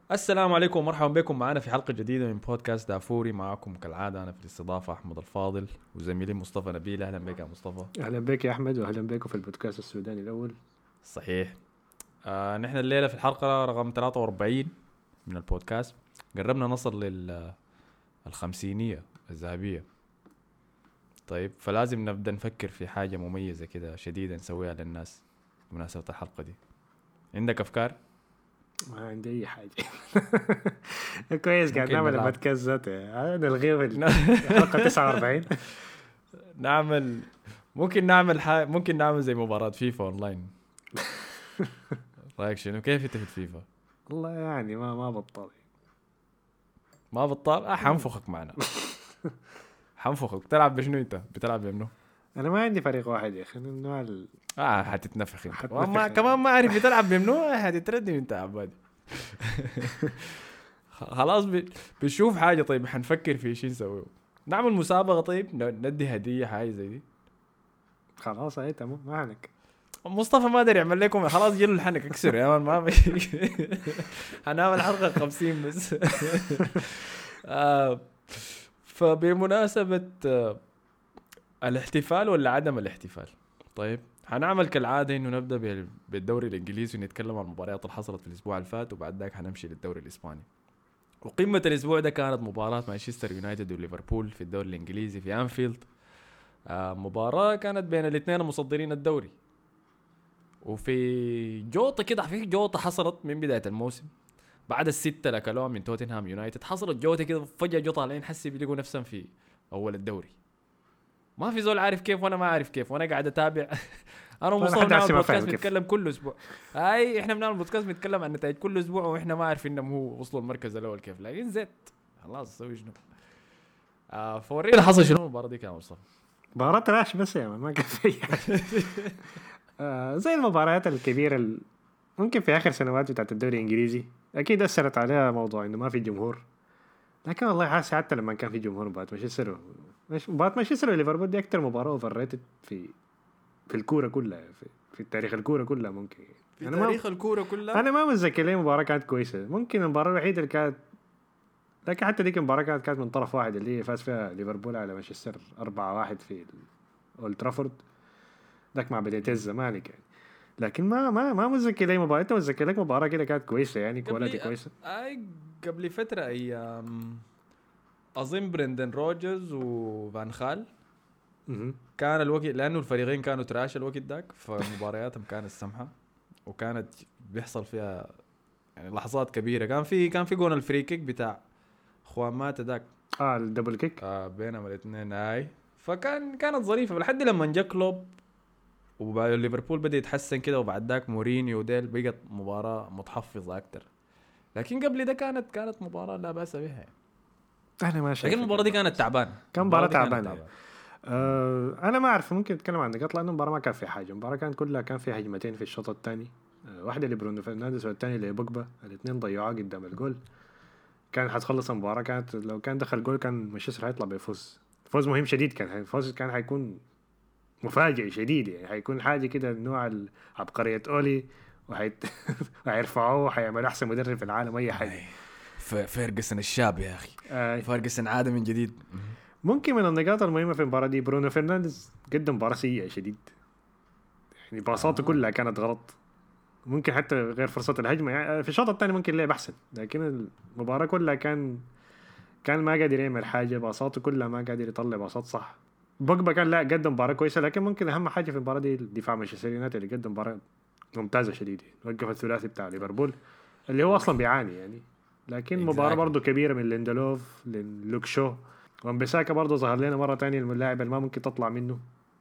السلام عليكم ومرحبا بكم معنا في حلقة جديدة من بودكاست دافوري. معكم كالعادة أنا في الاستضافة أحمد الفاضل وزميلي مصطفى نبيل. أهلا بك يا مصطفى. أهلا بك يا أحمد وأهلا بكم في البودكاست السوداني الأول. صحيح. نحن الليلة في الحلقة رقم 43 من البودكاست. قربنا نصل للخمسينية الذهبية. طيب فلازم نبدأ نفكر في حاجة مميزة كده شديدة نسويها للناس بمناسبة الحلقة دي. عندك أفكار؟ ما عندي أي حاجة. كويس قاعد ممكن نعمل نلعب. البودكاست ذاته نلغيه الحلقة 49. نعمل ممكن نعمل زي مباراة فيفا أونلاين. رأيك شنو؟ كيف أنت في الفيفا؟ والله يعني ما بطل. ما بطال حنفخك معنا. حنفخك. بتلعب بشنو انت؟ بتلعب بمنو؟ أنا ما عندي فريق واحد يا أخي، النوع حتتنفخ انت حتنفخ وما يعني. كمان ما اعرف بتلعب بمنو. حتتردم انت يا عبادي. خلاص بنشوف حاجه. طيب حنفكر في شيء نسويه. نعمل مسابقه. طيب ندي هديه حاجه زي دي. خلاص هاي تمام ما عليك. مصطفى ما ادري يعمل لكم. خلاص جيلوا الحنك اكسر يا مان. ما هنعمل حلقه 50 بس. آه، فبمناسبه الاحتفال ولا عدم الاحتفال. طيب حنعمل كالعادة انه نبدأ بالدوري الانجليزي ونتكلم عن المباريات اللي حصلت في الاسبوع اللي فات وبعد ذاك حنمشي للدوري الاسباني. وقمة الاسبوع ده كانت مباراة مانشستر يونايتد وليفربول في الدوري الانجليزي في انفيلد. مباراة كانت بين الاثنين مصدرين الدوري. وفي جوطة كده، في جوطة حصلت من بداية الموسم بعد الستة اللي اكلوها من توتنهام يونايتد. حصلت جوطة كده فجأة جوطة عليهم حسي بيلقوا نفسهم في اول الدوري. ما في زول عارف كيف وانا ما عارف كيف وانا قاعد اتابع. انا وأنا ومصطفى حد بنعمل عسي ما فاهم بودكاست كيف. بنتكلم كل اسبوع. احنا بنعمل بودكاست بنتكلم عن نتائج كل اسبوع واحنا ما عارفين انهم هو وصلوا المركز الاول كيف. لكن زيت خلاص سوي شنو. فورينا حصل شنو المباراه دي يا مصطفى. مباراة راش بس يا ما كان في أي حاجة. زي المباريات الكبيرة ممكن في آخر سنوات بتاعت الدوري الإنجليزي أكيد أثرت عليها موضوع إنه ما في جمهور. لكن والله حاسس حتى لما كان في جمهور مباراة مانشستر وليفربول دي أكتر مباراة أوفر ريتد في الكورة كلها، في تاريخ الكورة كلها ممكن. في أنا ما تاريخ الكوره كلها. أنا ما متذكر ليه مباراة كانت كويسة. ممكن المباراة الوحيدة اللي كانت، لكن حتى ديك المباراة كانت من طرف واحد اللي هي فاز فيها ليفربول على مانشستر 4-1 في أولد ترافورد. ذاك مع بداية الزمالك يعني. لكن ما متذكر ليه مباراة. أنت متذكر لك مباراة كده كانت كويسة يعني كواليتي قبل كويسة؟ قبل فتره ايام اظن برندن روجرز وفان خال. كان الوقت لانه الفريقين كانوا تراش الوقت داك فمبارياتهم كانت سمحه وكانت بيحصل فيها يعني لحظات كبيره. كان في جون الفري كيك بتاع خوان مات داك. الدبل كيك. بينهم الاثنين كانت ظريفه لحد لما جا كلوب وبعد ليفربول بدا يتحسن كده وبعد ذاك مورينيو وديل بقت مباراه متحفظه اكتر. لكن قبل ده كانت مباراه لا باس بها يعني. أنا ما شايف. لكن المباراه دي كانت تعبانه. كان مباراة تعبانة. انا ما اعرف ممكن نتكلم عن نقاط لانه المباراه ما كان في حاجه. المباراه كانت كلها كان في هجمتين في الشوط الثاني. واحده لبرونو فرنانديز والثانيه لبوجبا. الاثنين ضيعوها قدام الجول. كان حتخلص المباراه. كانت لو كان دخل جول كان مانشستر هيطلع بيفوز فوز مهم شديد. كان الفوز كان حيكون مفاجئ شديد يعني. حيكون حاجه كده نوع عبقريه اولي وحيت... وحيرفعوه وحيعملوا احسن مدرب في العالم اي حاجه. فيرجسون الشاب يا اخي. آه فيرجسون عاد من جديد. ممكن من النقاط المهمه في المباراه دي برونو فرنانديز قدم مباراه سيئه شديد يعني. باصاته كلها كانت غلط. ممكن حتى غير فرصة الهجمة يعني. في الشوط الثاني ممكن لعب أحسن لكن المباراة كلها كان ما قادر يعمل حاجة. باصاته كلها ما قادر يطلع باصات صح. بوجبا كان لا قدم مباراة كويسة لكن ممكن أهم حاجة في المباراة دي دفاع مانشستر يونايتد اللي قدم مباراة ممتازة شديدة. وقف الثلاثي بتاع ليفربول اللي هو أصلا بيعاني يعني. لكن مباراة برضو كبيرة من ليندلوف للوك شو. وانبساكا برضو ظهر لنا مرة تانية اللاعب اللي ما ممكن تطلع منه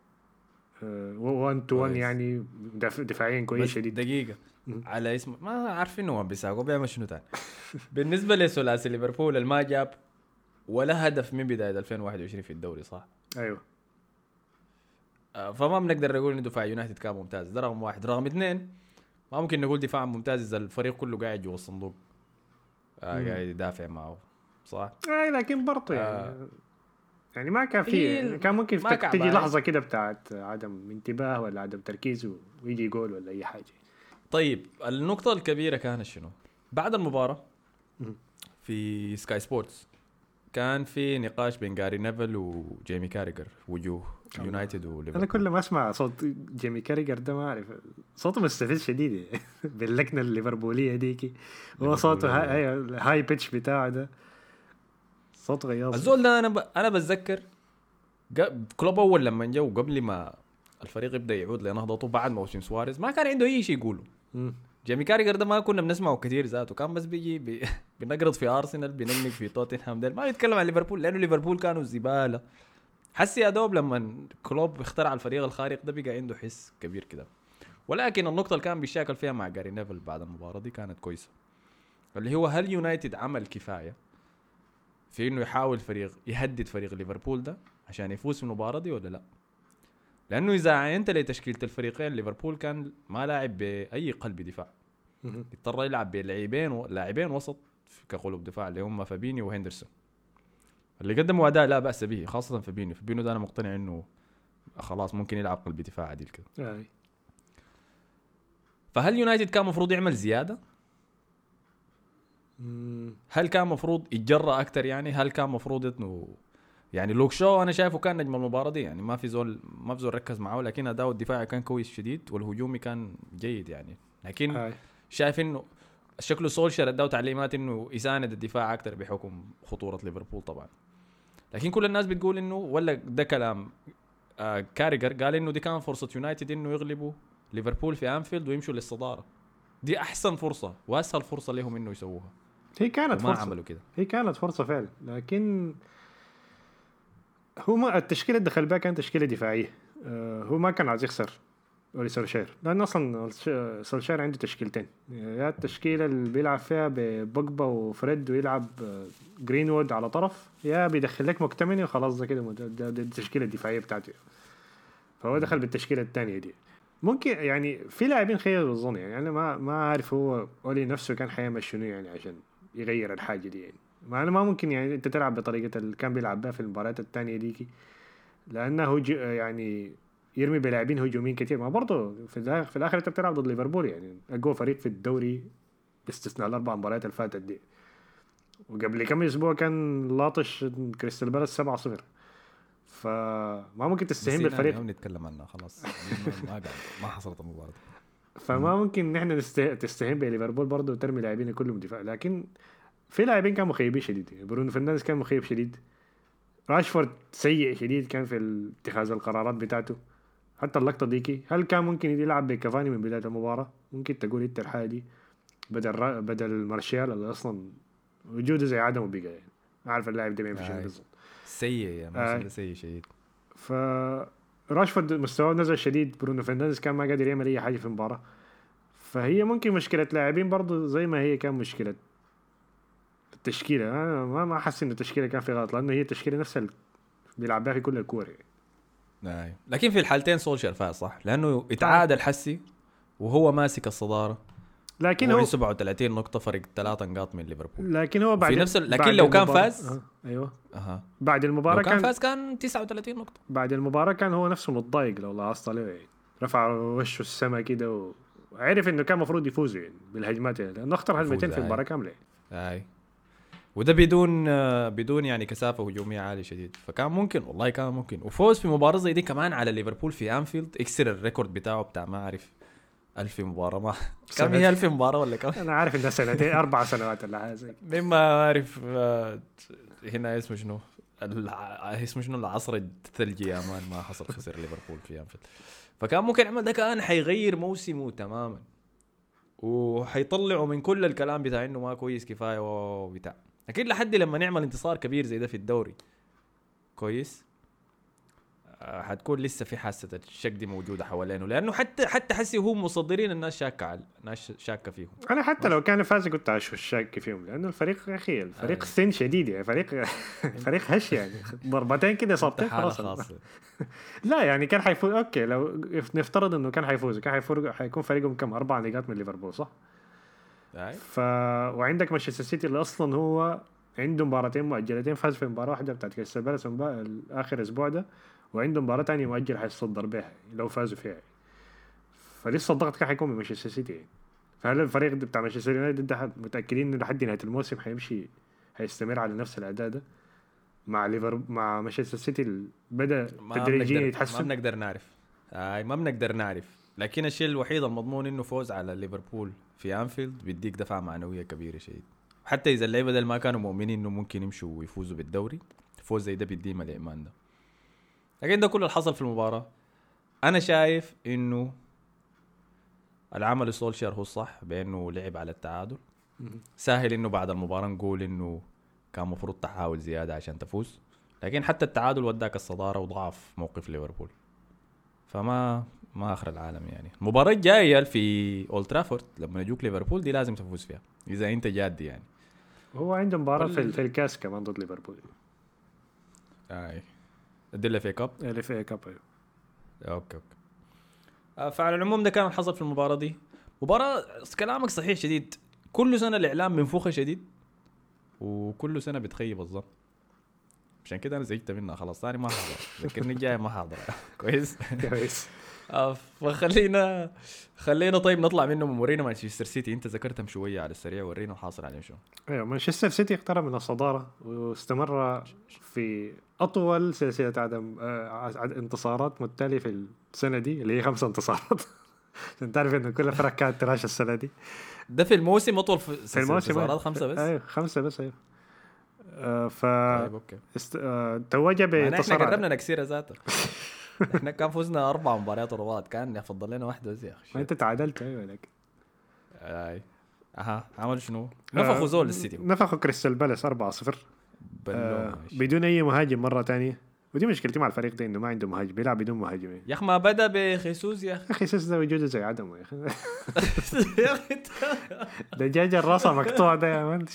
1 تو 1 يعني. دفاعيا كويس بس شديد. دقيقة على اسم ما عارفين هو بيساقوا بيعمل شنو تاني. بالنسبة لثلاثي ليفربول اللي ما جاب ولا هدف من بداية 2021 في الدوري صح؟ ايوه. فما بنقدر نقول ان دفاع يونايتد كان ممتاز. ده رقم واحد. رقم اثنين ما ممكن نقول دفاع ممتاز اذا الفريق كله قاعد جوا الصندوق قاعد يدافع معه صح؟ لكن برضو يعني ما كان في هي يعني. كان ممكن ما تجي كعباي. لحظة كده بتاعت عدم انتباه ولا عدم تركيز ويجي جول ولا أي حاجة. طيب النقطة الكبيرة كانت شنو؟ بعد المباراة في سكاي سبورتس كان في نقاش بين جاري نيفل وجيمي كاريجر وجوه يونايتد وليفربول. انا كل ما اسمع صوت جيمي كاريجر ده ما اعرف صوته مستفز شديد باللكنه الليفربوليه ديكي. هو صوته هاي بيتش بتاعه ده صوت غياظ. الزول ده انا بتذكر كلوب اول لما جا وقبل ما الفريق يبدا يعود لنهضته بعد موسم سواريز ما كان عنده اي شيء يقوله. جيمي كاريجر ده ما كنا بنسمعه كثير ذاته، كان بس بيجي بنقرض في ارسنال بننق في توتنهام ده، ما يتكلم عن ليفربول لانه ليفربول كانوا زباله. حسي يا دوب لما كلوب اخترع الفريق الخارق ده بقى عنده حس كبير كده. ولكن النقطه اللي كان بيشاكل فيها مع جاري نيفل بعد المباراه دي كانت كويسه، اللي هو هل يونايتد عمل كفايه في انه يحاول فريق يهدد فريق ليفربول ده عشان يفوز في المباراه دي ولا لا؟ لانه اذا عينت لتشكيله الفريقين ليفربول كان ما لاعب باي قلب دفاع، اضطر يلعب بلاعبين وسط كقلوب دفاع اللي هم فابينيو وهندرسون اللي قدموا اداء لا باس به، خاصه فابينيو ده انا مقتنع انه خلاص ممكن يلعب قلب دفاع عديل كده. فهل يونايتد كان مفروض يعمل زياده؟ هل كان مفروض يتجرأ اكتر؟ يعني هل كان مفروض انه يعني لوك شو انا شايفه كان نجم المباراه دي، يعني ما في زول ركز معه، لكن اداؤه الدفاعي كان كويس شديد والهجومي كان جيد يعني. لكن شايف انه شكله سولشر اداه تعليمات انه يساند الدفاع اكتر بحكم خطوره ليفربول طبعا. لكن كل الناس بتقول انه ولا ده كلام كاريجر قال انه دي كان فرصه يونايتد انه يغلبوا ليفربول في انفيلد ويمشوا للصداره، دي احسن فرصه واسهل فرصه لهم انه يسووها. هي كانت فرصه، عملوا كده. هي كانت فرصه فعلا، لكن هو ما التشكيله اللي دخل بها كانت تشكيله دفاعيه. هو ما كان عايز يخسر اولي سولشير، لانه اصلا سولشير عنده تشكيلتين، يا التشكيله اللي بيلعب فيها ببوجبا وفريد ويلعب جرينوود على طرف، يا بيدخل لك مكتمني وخلاص ده كده التشكيله الدفاعيه بتاعته. فهو دخل بالتشكيله الثانيه دي. ممكن يعني في لاعبين خيروا الظن، يعني انا ما عارف هو اولي نفسه كان حيعمل شنو يعني عشان يغير الحاجه دي. يعني ما انا ما ممكن يعني انت تلعب بطريقه اللي كان بيلعب بها في المباريات الثانيه ديكي، لانه يعني يرمي بلاعبين هجوميين كتير. ما برضه في الاخر انت بتلعب ضد ليفربول، يعني اقوى فريق في الدوري باستثناء الاربع مباريات اللي فاتت دي، وقبل كم اسبوع كان لاطش كريستال بالاس 7-0. فما ممكن تستهين بالفريق. نتكلم عنها خلاص ما حصلت المباراه. فما ممكن نحن تستهين بليفربول برضه وترمي لاعبين كلهم دفاع. لكن في لاعبين كانوا مخيبين شديد، برونو فرنانديز كان مخيب شديد، راشفورد سيء شديد كان في اتخاذ القرارات بتاعته. حتى اللقطة ديكي هل كان ممكن يلعب بكافاني من بداية المباراة؟ ممكن تقول انت الحاجة دي بدل مارشال اللي اصلا وجوده زي عدمه بقى، يعني عارف اللاعب ده ما يمشي بالضبط. سيء يعني سيء شديد. راشفورد مستواه نزل شديد، برونو فرنانديز كان ما قادر يعمل اي حاجة في المباراة. فهي ممكن مشكلة لاعبين برضو زي ما هي كان مشكلة التشكيلة. انا ما احس ان التشكيلة كان في غلط، لانه هي التشكيلة نفسها بيلعب بها في كل الكور يعني. لكن في الحالتين سولشير فاز صح، لانه اتعادل حسي وهو ماسك الصدارة، لكن هو 37 نقطة فرق 3 نقاط من ليفربول. لكن هو بعد لكن لو كان فاز ايوه بعد المباراة لو كان فاز كان 39 نقطة. بعد المباراة كان هو نفسه متضايق لو لاحظت عليه، يعني رفع وشه السما كده وعرف انه كان مفروض يفوز يعني بالهجمات، لانه اختار هجمتين في المباراة كاملة. وده بدون يعني كثافة هجومية عالية شديد. فكان ممكن والله كان ممكن وفوز في مباراة زي دي كمان على ليفربول في أنفيلد، يكسر الريكورد بتاعه بتاع ما أعرف 1000 مباراة. ما كم هي 1000 مباراة ولا كم؟ أنا عارف إنها سنتين 4 سنوات ولا حاجة زي مما أعرف. هنا اسمه شنو العصر الثلجي يا مان ما حصل خسر ليفربول في أنفيلد. فكان ممكن عمل ده، كان حيغير موسمه تماما وحيطلعوا من كل الكلام بتاع إنه ما كويس كفاية وبتاع. أكيد لحد لما نعمل انتصار كبير زي ده في الدوري كويس حتكون لسه في حاسة الشك دي موجودة حوالينه، لأنه حتى حسي هم مصدرين الناس شاكة فيهم. أنا حتى لو كان فاز كنت شاك فيهم، لأنه الفريق أخي الفريق سن شديد يعني فريق هش يعني ضربتين كده صابتين خلاص. لا يعني كان حيفوز. أوكي لو نفترض إنه كان حيكون فريقهم كم 4 نقاط من ليفربول صح؟ وعندك مانشستر سيتي اللي اصلا هو عنده مباراتين مؤجلتين، فاز في مباراه واحده بتاعت كريستال بالاس اخر اسبوع ده، وعنده مباراه ثانيه مؤجله حيصدر بها لو فازوا فيها. فلسه الضغط كان حيكون من مانشستر سيتي. فهل الفريق بتاع مانشستر يونايتد ده متاكدين انه لحد نهايه الموسم هيستمر على نفس الاداء ده مع ليفربول مع مانشستر سيتي بدا تدريجيا ما يتحسن؟ بنقدر نعرف. ما بنقدر نعرف، لكن الشيء الوحيد المضمون انه فوز على ليفربول في انفيلد بيديك دفعه معنويه كبيره شديد. حتى اذا اللعيبه دول ما كانوا مؤمنين انه ممكن يمشوا ويفوزوا بالدوري، فوز زي ده بيديهم الايمان ده. لكن ده كله اللي حصل في المباراه. انا شايف انه العمل سولشير هو الصح بانه لعب على التعادل. سهل انه بعد المباراه نقول انه كان مفروض تحاول زياده عشان تفوز، لكن حتى التعادل وداك الصداره وضعف موقف ليفربول. ما اخر العالم يعني. المباراه الجايه في اولد ترافورد لما يجوك ليفربول دي لازم تفوز فيها اذا انت جادي يعني. هو عنده مباراه في الكاس كمان ضد ليفربول. الدله في كاب. اللي في كاب. اوكي. فعلى العموم ده كان الحصل في المباراه دي. مباراه كلامك صحيح شديد. كل سنه الاعلام منفوخه شديد، وكل سنه بتخيب الظن. عشان كده انا زهقت منها خلاص. ثاني ما حاضر، ذكرني الجاي ما حاضر. كويس. خلينا طيب نطلع منه ورينا مانشستر سيتي. انت ذكرتهم شويه على السريع، ورينا الحاصل عليهم شو. ايوه مانشستر سيتي اقترب من الصداره واستمر في اطول سلسله عدم انتصارات متتاليه في السنه دي اللي هي 5 انتصارات. عشان تعرف انه كل الفرق كانت تراش السنه دي. ده في الموسم اطول في الموسم انتصارات 5 بس. ايوه 5 بس. ايوه طيب اوكي. توج بانتصار. احنا قربنا نكسير ذاته. احنا كان فزنا 4 مباريات ورا بعض، كان يفضل لنا واحده بس يا اخي. ما انت تعادلت. ايوه لك. عملوا شنو؟ نفخوا زول السيتي. نفخوا كريستال بالاس 4-0 بدون اي مهاجم مره تانية. ودي مشكلتي مع الفريق ده انه ما عنده مهاجم، بيلعب بدون مهاجمين. يا اخي ما بدا بخيسوس يا اخي. خيسوس ده وجوده زي عدمه يا اخي. دجاجه راسها مقطوع ده يا مان.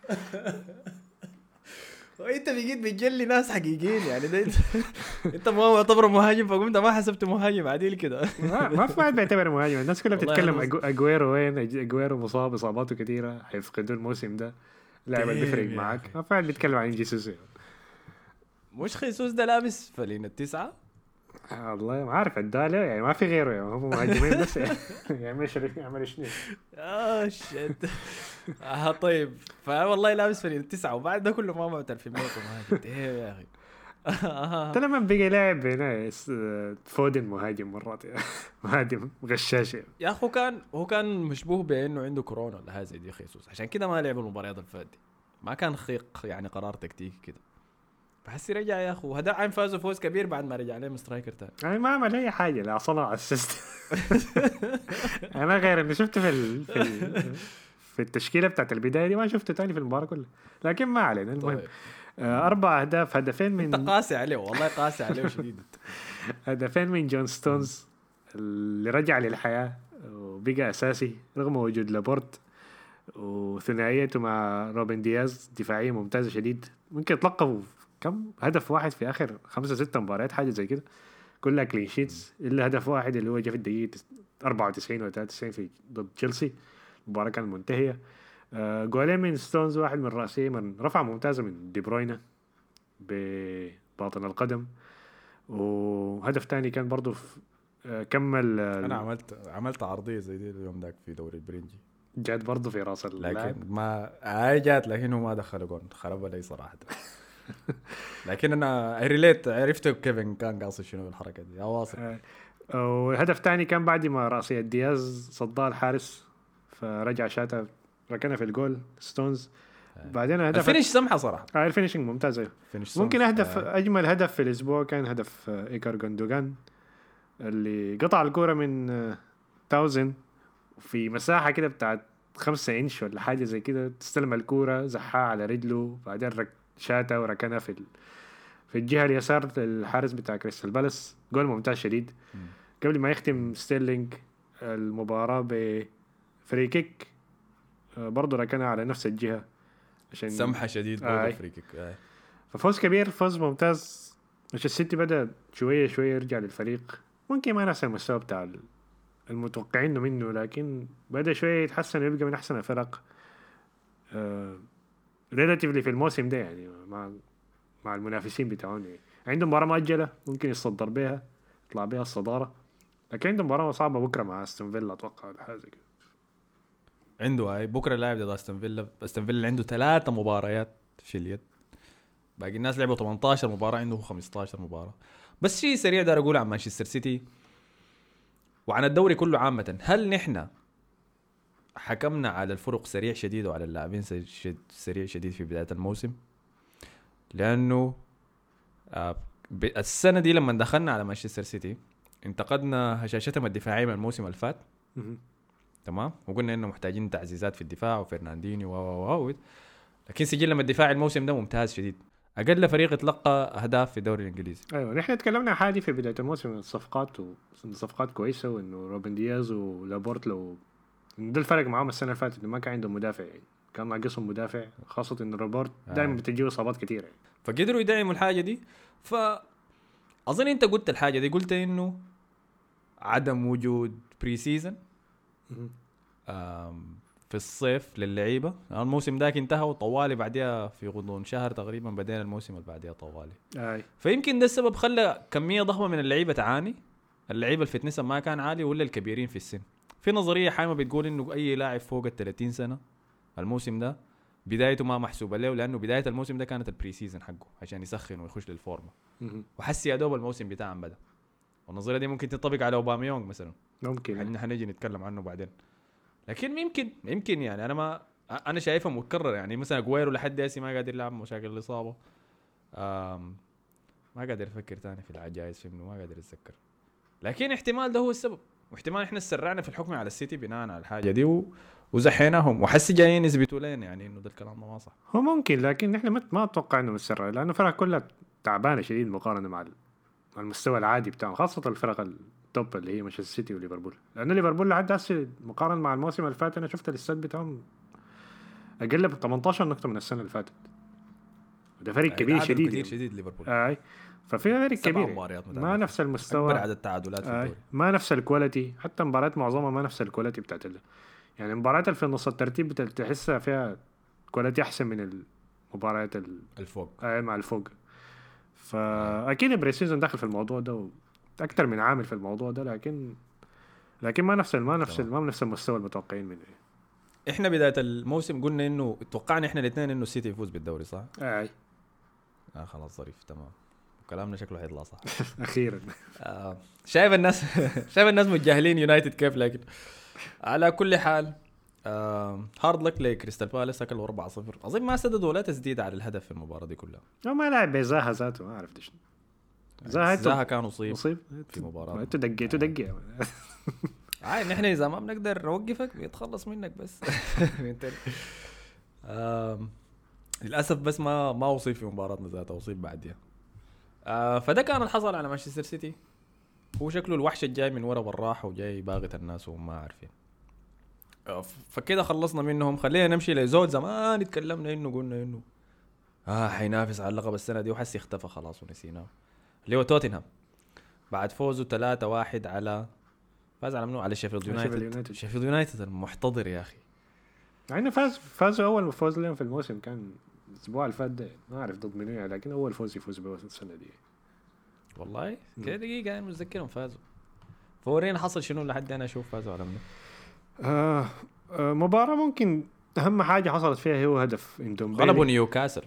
وانت بقيت بتجلي ناس حقيقيين يعني. ده انت ما معتبره مهاجم، فقمت ما حسبته مهاجم عادل كده. ما في واحد بيعتبره مهاجم. الناس كلها بتتكلم اجويرو وين. اجويرو مصاب اصاباته كثيره، حيفقدوا الموسم ده. لاعب بيفرق معك. ما في واحد بيتكلم عن جيسوس. مش خيسوس ده لابس فلين 9. والله ما عارف الداله يعني ما في غيره يعني. هم مهاجمين بس يعمل شنو. شت. طيب فوالله لابس فلين 9 وبعد ده كله ما معترف بيه مهاجم. يا اخي. انت لما بقى لاعب هنا فودن مهاجم مرات يعني. مهاجم غشاش يعني. يا اخو هو كان مشبوه بانه عنده كورونا ولا هذا دي خيسوس، عشان كده ما لعب المباريات الفاتة. ما كان يعني قرار تكتيكي كده. بحس يرجع يا اخو. هذا عين فازوا فوز كبير بعد ما رجع عليهم سترايكر تاني. يعني ما عمل اي حاجه. لا صنع اسيست. انا غير اني شفته في التشكيله بتاعت البدايه دي. ما شفته تاني في المباراه كلها، لكن ما علينا. المهم طيب. 4 أهداف. هدفين من انت قاسي عليه والله. قاسي عليه شديد. هدفين من جون ستونز اللي رجع للحياه وبقى اساسي رغم وجود لابورت. وثنائيته مع روبن دياز دفاعيه ممتازه شديد. ممكن يتلقفوا كم هدف واحد في اخر 5-6 مباريات حاجه زي كده، كلها كلين شيتس الا هدف واحد اللي هو جاء في الدقيقه 94 و 93 في ضد تشيلسي. المباراه كانت منتهيه. جولين من ستونز، واحد من راسيه من رفعه ممتازه من دي بروينا بباطن القدم. وهدف تاني كان برضو كمل. انا عملت عرضيه زي دي اليوم داك في دوري البرنجي، جات برضو في راس اللاعب، لكن ما جات، لكنه ما دخل جون، خرب لي صراحه. لكن انا عرفت كيفن كان قاصد شنو الحركه دي. واصل. وهدف تاني كان بعد ما راسية دياز صدها الحارس فرجع شاتها ركنها في الجول ستونز. بعدين هدف الفينش سمحه صراحه. الفينشنج ممتاز. ممكن هدف اجمل هدف في الاسبوع كان هدف ايكار جوندوغان اللي قطع الكوره من تاوزن في مساحه كده بتاعت 5 إنش ولا حاجه زي كده. تستلم الكوره زحها على رجله، بعدين شاتها وركنها في الجهه اليسار الحارس بتاع كريستال بالاس. جول ممتاز شديد. قبل ما يختم ستيرلينج المباراه بفري كيك برضه ركنها على نفس الجهه عشان سمحه شديد برضه فري كيك. ففوز كبير، فوز ممتاز. مش السيتي بدأ شويه يرجع للفريق. ممكن ما نفس المستوى بتاع المتوقعين منه، لكن بدأ شويه يتحسن ويبقى من احسن الفرق ريلاتيفلي في الموسم ده يعني مع المنافسين بتاعهم. يعني عندهم مباراة مؤجلة ممكن يصدر بها يطلع بها الصدارة، لكن عندهم مباراة صعبة بكرة مع استون فيلا أتوقع ولا حاجة كده. عنده هاي بكره لاعب ضد استون فيلا عنده 3 مباريات في اليد. باقي الناس لعبوا 18 مباراه، عنده 15 مباراه. بس شيء سريع دار اقول عن مانشستر سيتي وعن الدوري كله عامه. هل نحن حكمنا على الفرق سريع شديد وعلى اللاعبين سريع شديد في بدايه الموسم؟ لانه السنه دي لما دخلنا على مانشستر سيتي انتقدنا هشاشتهم الدفاعيه من الموسم اللي فات، تمام، وقلنا انه محتاجين تعزيزات في الدفاع وفرناندينيو و لكن سجلهم الدفاعي الموسم ده ممتاز شديد، اقل فريق يتلقى اهداف في الدوري الانجليزي. ايوه نحن تكلمنا حاجه في بدايه الموسم عن الصفقات صفقات كويسه، وانه روبن دياز ولابورت لو ده الفرق معاهم السنه اللي فاتت انه ما كان عندهم مدافع، يعني كان ناقصهم مدافع، خاصه انه روبرت دائما بتجيه اصابات كثيره يعني. فقدروا يدعموا الحاجه دي. فاظن انت قلت الحاجه دي، قلت انه عدم وجود بري سيزن في الصيف للعيبه. الموسم داك انتهى وطوالي بعدها في غضون شهر تقريبا بدينا الموسم اللي بعدها طوالي. فيمكن ده السبب خلى كميه ضخمه من اللعيبه تعاني. اللعيبه الفتنس ما كان عالي ولا الكبيرين في السن. في نظريه حايمه بتقول انه اي لاعب فوق ال 30 سنه الموسم ده بدايته ما محسوبه له، لانه بدايه الموسم ده كانت البري سيزن حقه عشان يسخن ويخش للفورمه. وحسي يا دوب الموسم بتاعهم بدا. والنظريه دي ممكن تنطبق على اوباميونغ مثلا، ممكن حنجي نتكلم عنه بعدين. لكن يمكن يعني انا شايفها متكرر. يعني مثلا اغويرو لحد هسه ما قادر يلعب، مشاكل الاصابه. ما قادر افكر تاني في العجائز في منه، ما قادر اتذكر. لكن احتمال ده هو السبب، واحتمال احنا سرعنا في الحكم على السيتي بناء على الحاجه دي وزحيناهم، وحس جايين يثبتوا لنا يعني انه ده الكلام ما صح. هو ممكن، لكن احنا ما اتوقع انه مسرع، لانه الفرق كلها تعبانه شديد مقارنه مع المستوى العادي بتاعهم، خاصه الفرق التوب اللي هي مانشستر سيتي وليفربول. لانه ليفربول لحد هسه مقارنه مع الموسم اللي فات انا شفت الاستاد بتاعهم اقل ب 18 نقطه من السنه اللي فاتت، وده فريق كبير شديد كثير شديد ليفربول. ففي فريق كبير ما نفس المستوى، اكبر عدد تعادلات في الدوري، ما نفس الكواليتي، حتى مباريات معظمها ما نفس الكواليتي بتاعت يعني مباريات في نص الترتيب تحسها فيها كواليتي احسن من المباريات الفوق مع الفوق. فاكيد بريسيزون داخل في الموضوع ده اكثر من عامل في الموضوع ده، لكن ما نفس المستوى المتوقعين منه. احنا بدايه الموسم قلنا انه توقعنا احنا الاثنين انه السيتي يفوز بالدوري صح؟ خلاص ظريف تمام، كلامنا شكله حيطلع صح. اخيرا. شايف الناس متجاهلين يونايتد كيف. لكن على كل حال هارد لك لكريستال بالاس، اكلوا 4-0. اظن ما سددوا ولا تسديد على الهدف في المباراه دي كلها. ما لعب بزاها ذاته، ما عرفت ايش زاها كان اصيب في مباراه. انت دقيت نحن اذا ما بنقدر نوقفك بيتخلص منك بس. للاسف بس ما اصيب في مباراتنا ذاتها، اصيب بعدها. فده كان الحصل على مانشستر سيتي. هو شكله الوحش الجاي من ورا بالراحه وجاي باغت الناس وهم ما عارفين. فكده خلصنا منهم. خلينا نمشي لزول زمان اتكلمنا انه قلنا انه حينافس على اللقب السنه دي وحسي اختفى خلاص ونسيناه، اللي هو توتنهام بعد فوزه 3-1 على فاز على منو؟ على شيفيلد يونايتد المحتضر يا اخي. يعني فازوا اول فوز لهم في الموسم كان الاسبوع اللي فات ده، ما اعرف ضد منو يعني، لكن اول فوز يفوز به السنه دي والله. كده دقيقه انا متذكرهم فازوا. فورينا حصل شنو لحد انا اشوف فازوا على منو. مباراه ممكن اهم حاجه حصلت فيها هو هدف اندومبيلي، غلبوا نيوكاسل.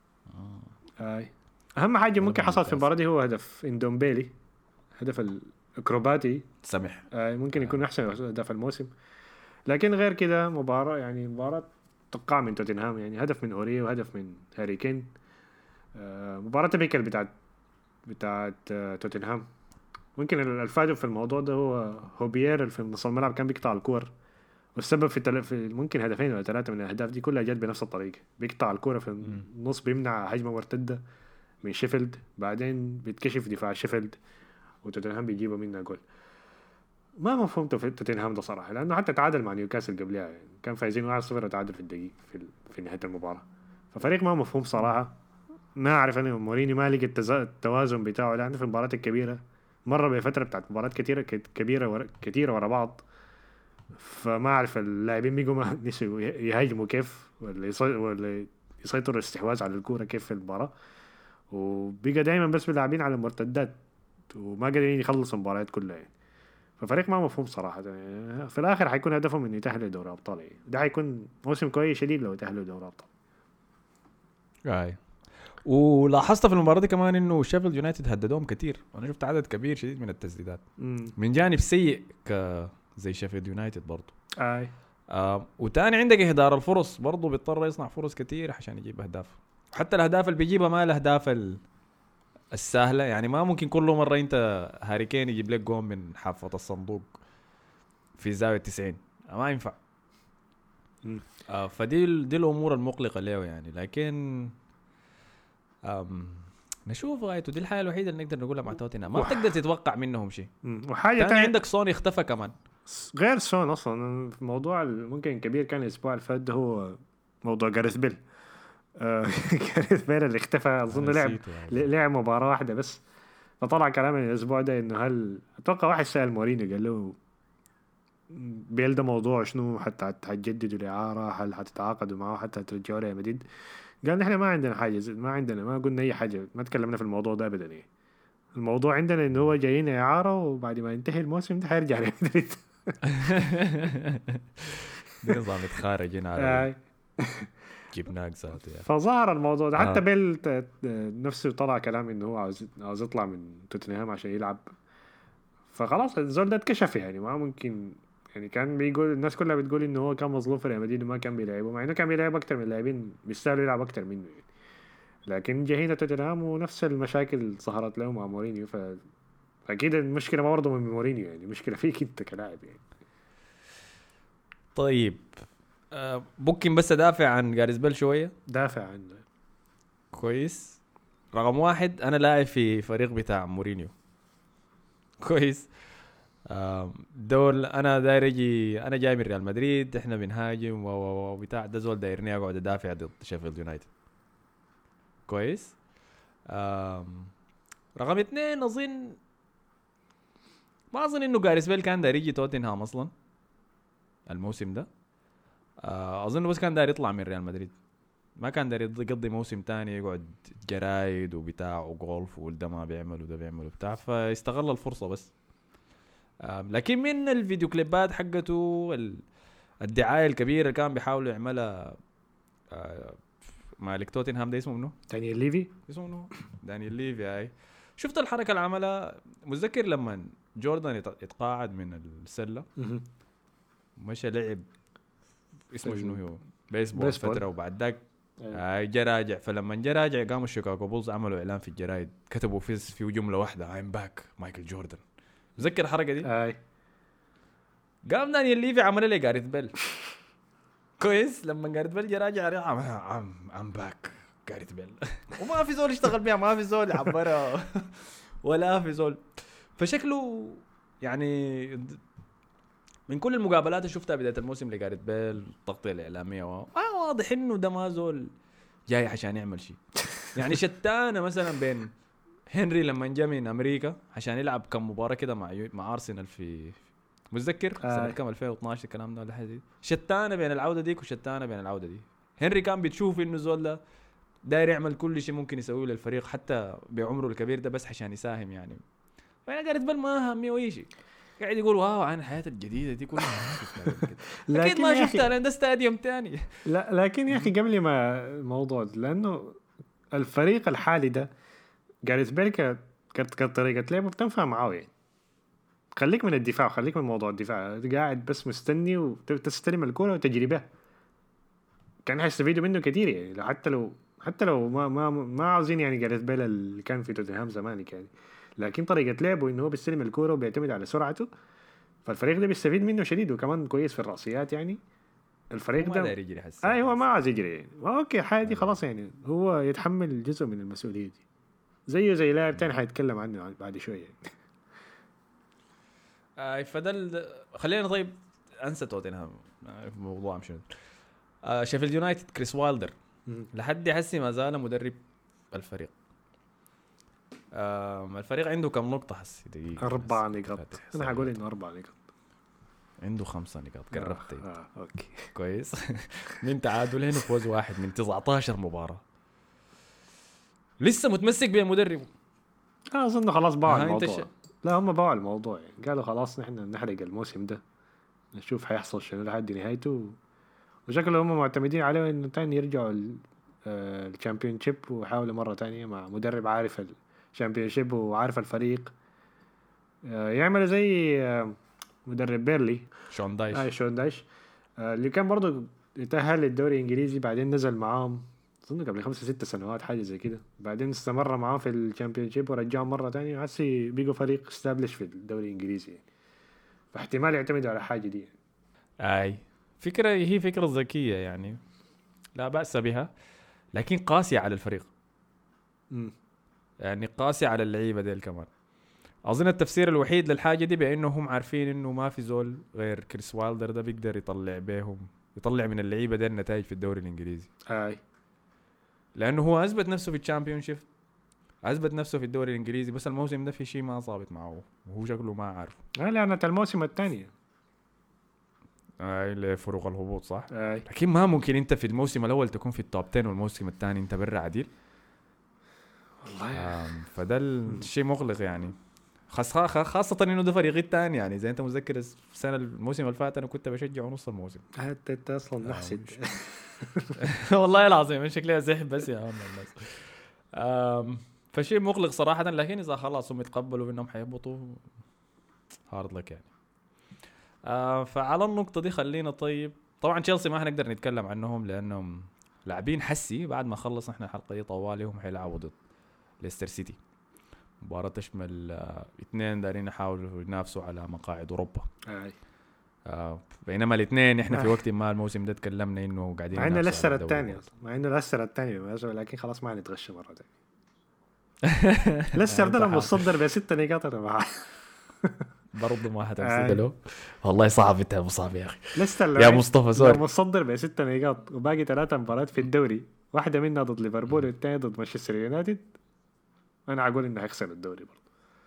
اهم حاجه ممكن حصلت في المباراه دي هو هدف اندومبيلي، هدف الاكروباتي سمح. ممكن يكون احسن هدف الموسم. لكن غير كده مباراه تقع من توتنهام، يعني هدف من اوريه وهدف من هاري كين. مباراه بيكل بتاعت توتنهام. ممكن الفائده في الموضوع ده هو هوبيير في نص الملعب كان بيقطع الكور، والسبب في ممكن هدفين ولا 3 من الاهداف دي كلها جت بنفس الطريقه، بيقطع الكوره في النص بيمنع هجمه مرتده من شيفيلد، بعدين بيتكشف دفاع شيفيلد وتوتنهام بيجيبوا منها جول. ما مفهوم توتنهام ده صراحه، لانه حتى تعادل مع نيوكاسل قبلها، يعني كان فايزين 1-0 وتعادل في الدقيقه في نهايه المباراه. ففريق ما مفهوم صراحه. ما اعرف انا موريني ما لقى التوازن بتاعه، لانه في المباريات الكبيره مره بفتره بتاعت مباريات كثيره ورا بعض. فما اعرف اللاعبين بيجوا ما نسوا يهاجموا كيف ولا يسيطروا الاستحواذ على الكوره كيف في المباراه، وبقى دائما بس بيلعبين على المرتدات وما قادرين يخلصوا المباريات كلها يعني. ففريق ما مفهوم صراحه يعني. في الاخر حيكون هدفهم انه يتاهلوا دوري ابطال يعني. ده حيكون موسم كويس شديد لو تاهلوا دوري ابطال. اي ولاحظت في المباراه دي كمان انه شيفيلد يونايتد هددوهم كتير، وانا شفت عدد كبير شديد من التسديدات من جانب سيء زي شيفيلد يونايتد برضو. اي وتاني عندك اهدار الفرص برضو، بيضطر يصنع فرص كتير عشان يجيب اهداف. حتى الاهداف اللي بيجيبها ما الاهداف السهله يعني. ما ممكن كل مره انت هاري كين يجيب لك جون من حافه الصندوق في زاويه 90، ما ينفع. فدي الامور المقلقه له يعني. لكن نشوف غايته. دي الحاجه الوحيده اللي نقدر نقولها مع توتنهام، ما بتقدر تتوقع منهم شيء. وحاجه تاني عندك سون اختفى كمان. غير سون اصلا الموضوع ممكن كبير كان الاسبوع اللي فات هو موضوع جاريث بيل. جاريث بيل اللي اختفى اظن لعب مباراه واحده بس. فطلع كلام الاسبوع ده انه هل اتوقع واحد سأل مورينيو قال له بيل ده موضوع شنو، حتى هتجددوا الاعاره، هل هتتعاقدوا معه حتى ترجعوا له مدريد؟ قال نحن ما عندنا حاجه، ما قلنا اي حاجه، ما تكلمنا في الموضوع ده ابدا يعني. الموضوع عندنا انه هو جايين اعاره وبعد ما ينتهي الموسم ده حيرجع لمدريد. دي نظام يتخارجين على جبناك ذاته يعني. فظهر الموضوع ده حتى بيل نفسه طلع كلام انه هو عاوز يطلع من توتنهام عشان يلعب. فخلاص الزول ده اتكشف يعني. ما ممكن يعني. كان بيقول الناس كلها بتقول انه هو كان مظلوم في ريال مدريد وما كان بيلعبه، مع انه كان بيلعب اكتر من اللاعبين بيستاهلوا يلعب اكتر منه يعني. لكن جه توتنهام ونفس المشاكل ظهرت له مع مورينيو. فاكيد المشكله ما برضه من مورينيو يعني، المشكله فيك انت كلاعب يعني. طيب ممكن بس ادافع عن جاريث بيل شويه. دافع عنه كويس. رقم واحد، انا لاعب في فريق بتاع مورينيو كويس. دول انا داير اجي، انا جاي من ريال مدريد، احنا بنهاجم وبتاع ده زول دايرني اقعد ادافع ضد شيفيلد يونايتد. كويس. رقم اثنين، ما اظن انه جاريث بيل كان داير يجي توتنهام اصلا الموسم ده. اظن بس كان داير يطلع من ريال مدريد، ما كان داير يقضي موسم تاني يقعد جرايد وبتاع وغولف وده ما بيعمل وده بيعمل وبتاع، فاستغل الفرصة بس. لكن من الفيديو كليبات حقته الدعاية الكبيرة اللي كان بيحاولوا يعملها مالك توتنهام ده اسمه منه؟ دانيال ليفي. اسمه منه؟ دانيال ليفي. هاي شفت الحركة اللي عملها؟ متذكر لما جوردن يتقاعد من السلة مشى لعب اسمه شنو هو بيسبول فترة، وبعد ذاك جا راجع. فلما جا راجع قاموا الشيكاغو بولز عملوا اعلان في الجرايد، كتبوا في جملة واحدة I'm back مايكل جوردن. متذكر الحركة دي؟ قام دانيال ليفي عمل لي جاريث بيل. كويس. لما جاريث بيل جا راجع I'm back جاريث بيل. وما في زول يشتغل بيها، ما في زول يعبرها ولا في زول. فشكله يعني من كل المقابلات اللي شفتها بداية الموسم لجاريث بيل التغطية الإعلامية واضح إنه ده ما زول جاي عشان يعمل شيء يعني. شتانة مثلا بين هنري لما جاء من أمريكا عشان يلعب كم مباراة كده مع أرسنال في متذكر سنة كم 2012 الكلام ده ولا حاجة. شتانة بين العودة ديك وشتانة بين العودة دي. هنري كان بتشوف إنه زول ده داير يعمل كل شيء ممكن يسويه للفريق حتى بعمره الكبير ده بس عشان يساهم يعني. فأنا جاريث بيل ما همي أي شيء، قاعد يقول واو عن الحياة الجديدة دي كلها ما شفتها كده. أكيد ما شفتها لأن ده استاديوم تاني. لا لكن يا أخي قبل ما الموضوع ده، لأنه الفريق الحالي ده جاريث بيل كطريقة لعبه بتنفع معاه يعني. خليك من الدفاع، خليك من موضوع الدفاع، قاعد بس مستني وتستلم الكرة وتجربه. كان هيستفيدوا منه كتير يعني. حتى لو ما عاوزين يعني جاريث بيل اللي كان في توتنهام زمان يعني. لكن طريقة لعبه إنه هو بيستلم الكرة وبيعتمد على سرعته، فالفريق ده بيستفيد منه شديد، وكمان كويس في الرأسيات يعني. الفريق ده هو ما عايز يجري يعني. اوكي حاجة خلاص يعني، هو يتحمل جزء من المسؤولية دي زي لاعب تاني حيتكلم عنه بعد شوية فده خلينا طيب انسى توتنهام في موضوع مشان شيفيلد يونايتد. كريس وايلدر لحد حسي ما زال مدرب الفريق. الفريق عنده كم نقطة حسي؟ دقيقة 4 نقاط. أنا هقول إنه 4 نقاط. عنده 5 نقاط. قربت. أوكي كويس. من تعادلين وفوز واحد من 19 مباراة. لسه متمسك بمدربه. أظن خلاص باع الموضوع. لا هم باعوا الموضوع يعني، قالوا خلاص نحن نحرق الموسم ده نشوف حيحصل شنو لحد نهايته، وشكله هم معتمدين عليه انه تاني يرجعوا الشامبيون شيب ويحاولوا مرة تانية مع مدرب عارف الشامبيون شيب وعارف الفريق. يعملوا زي مدرب بيرلي شون دايش. شون دايش اللي كان برضه يتأهل للدوري الإنجليزي، بعدين نزل معاهم أظن قبل 5-6 سنوات حاجة زي كده، بعدين استمر معاهم في الشامبيون شيب ورجعهم مرة تانية، هسي بيجوا فريق استابلش في الدوري الإنجليزي يعني. فاحتمال يعتمدوا على حاجة دي. اي فكرة، هي فكرة ذكية يعني لا بأس بها، لكن قاسية على الفريق. يعني قاسية على اللعيبة ديل كمان. أظن التفسير الوحيد للحاجة دي بأنه هم عارفين إنه ما في زول غير كريس وايلدر ده بيقدر يطلع بيهم، يطلع من اللعيبة دي النتائج في الدوري الإنجليزي. لأنه هو أثبت نفسه في الشامبيون شيب، أثبت نفسه في الدوري الإنجليزي، بس الموسم ده في شيء ما صابت معه وهو شكله ما عارف. لأنه الموسم الثاني لفروق الهبوط صح. لكن ما ممكن أنت في الموسم الأول تكون في التوب 10 والموسم الثاني أنت برا عديل والله. فده الشيء مغلق يعني، خاصة إنه ده فريقي الثاني يعني. زي أنت متذكر السنة الموسم اللي فات أنا كنت بشجع نص الموسم. أنت أصلا نحسد. والله العظيم من شكلها زحف بس يا عم الناس. فشيء مغلق صراحة، لكن إذا خلاص هم يتقبلوا إنهم حيهبطوا هارد لك يعني. فعلى النقطة دي خلينا طيب. طبعا تشيلسي ما هنقدر نتكلم عنهم لأنهم لاعبين حسي بعد ما خلص احنا الحلقة دي طوالي هم حيلعبوا ضد ليستر سيتي، مباراة تشمل اثنين دارين يحاولوا ينافسوا على مقاعد أوروبا. بينما الاثنين احنا في وقت ما الموسم ده تكلمنا انه قاعدين مع انه لسه الثاني مع انه لسه الثاني لكن خلاص ما نتغش مرة ثانية. لسه ده لما مصدر ب6 نقاط انا معاه برضه ما حتمسك له. والله صعب انت مصاب يا اخي لسه يا مصطفى سوري. مصدر ب6 نقاط وباقي 3 مباريات في الدوري، واحدة منها ضد ليفربول والثانية ضد مانشستر يونايتد. انا اقول انه هيخسر الدوري برضه.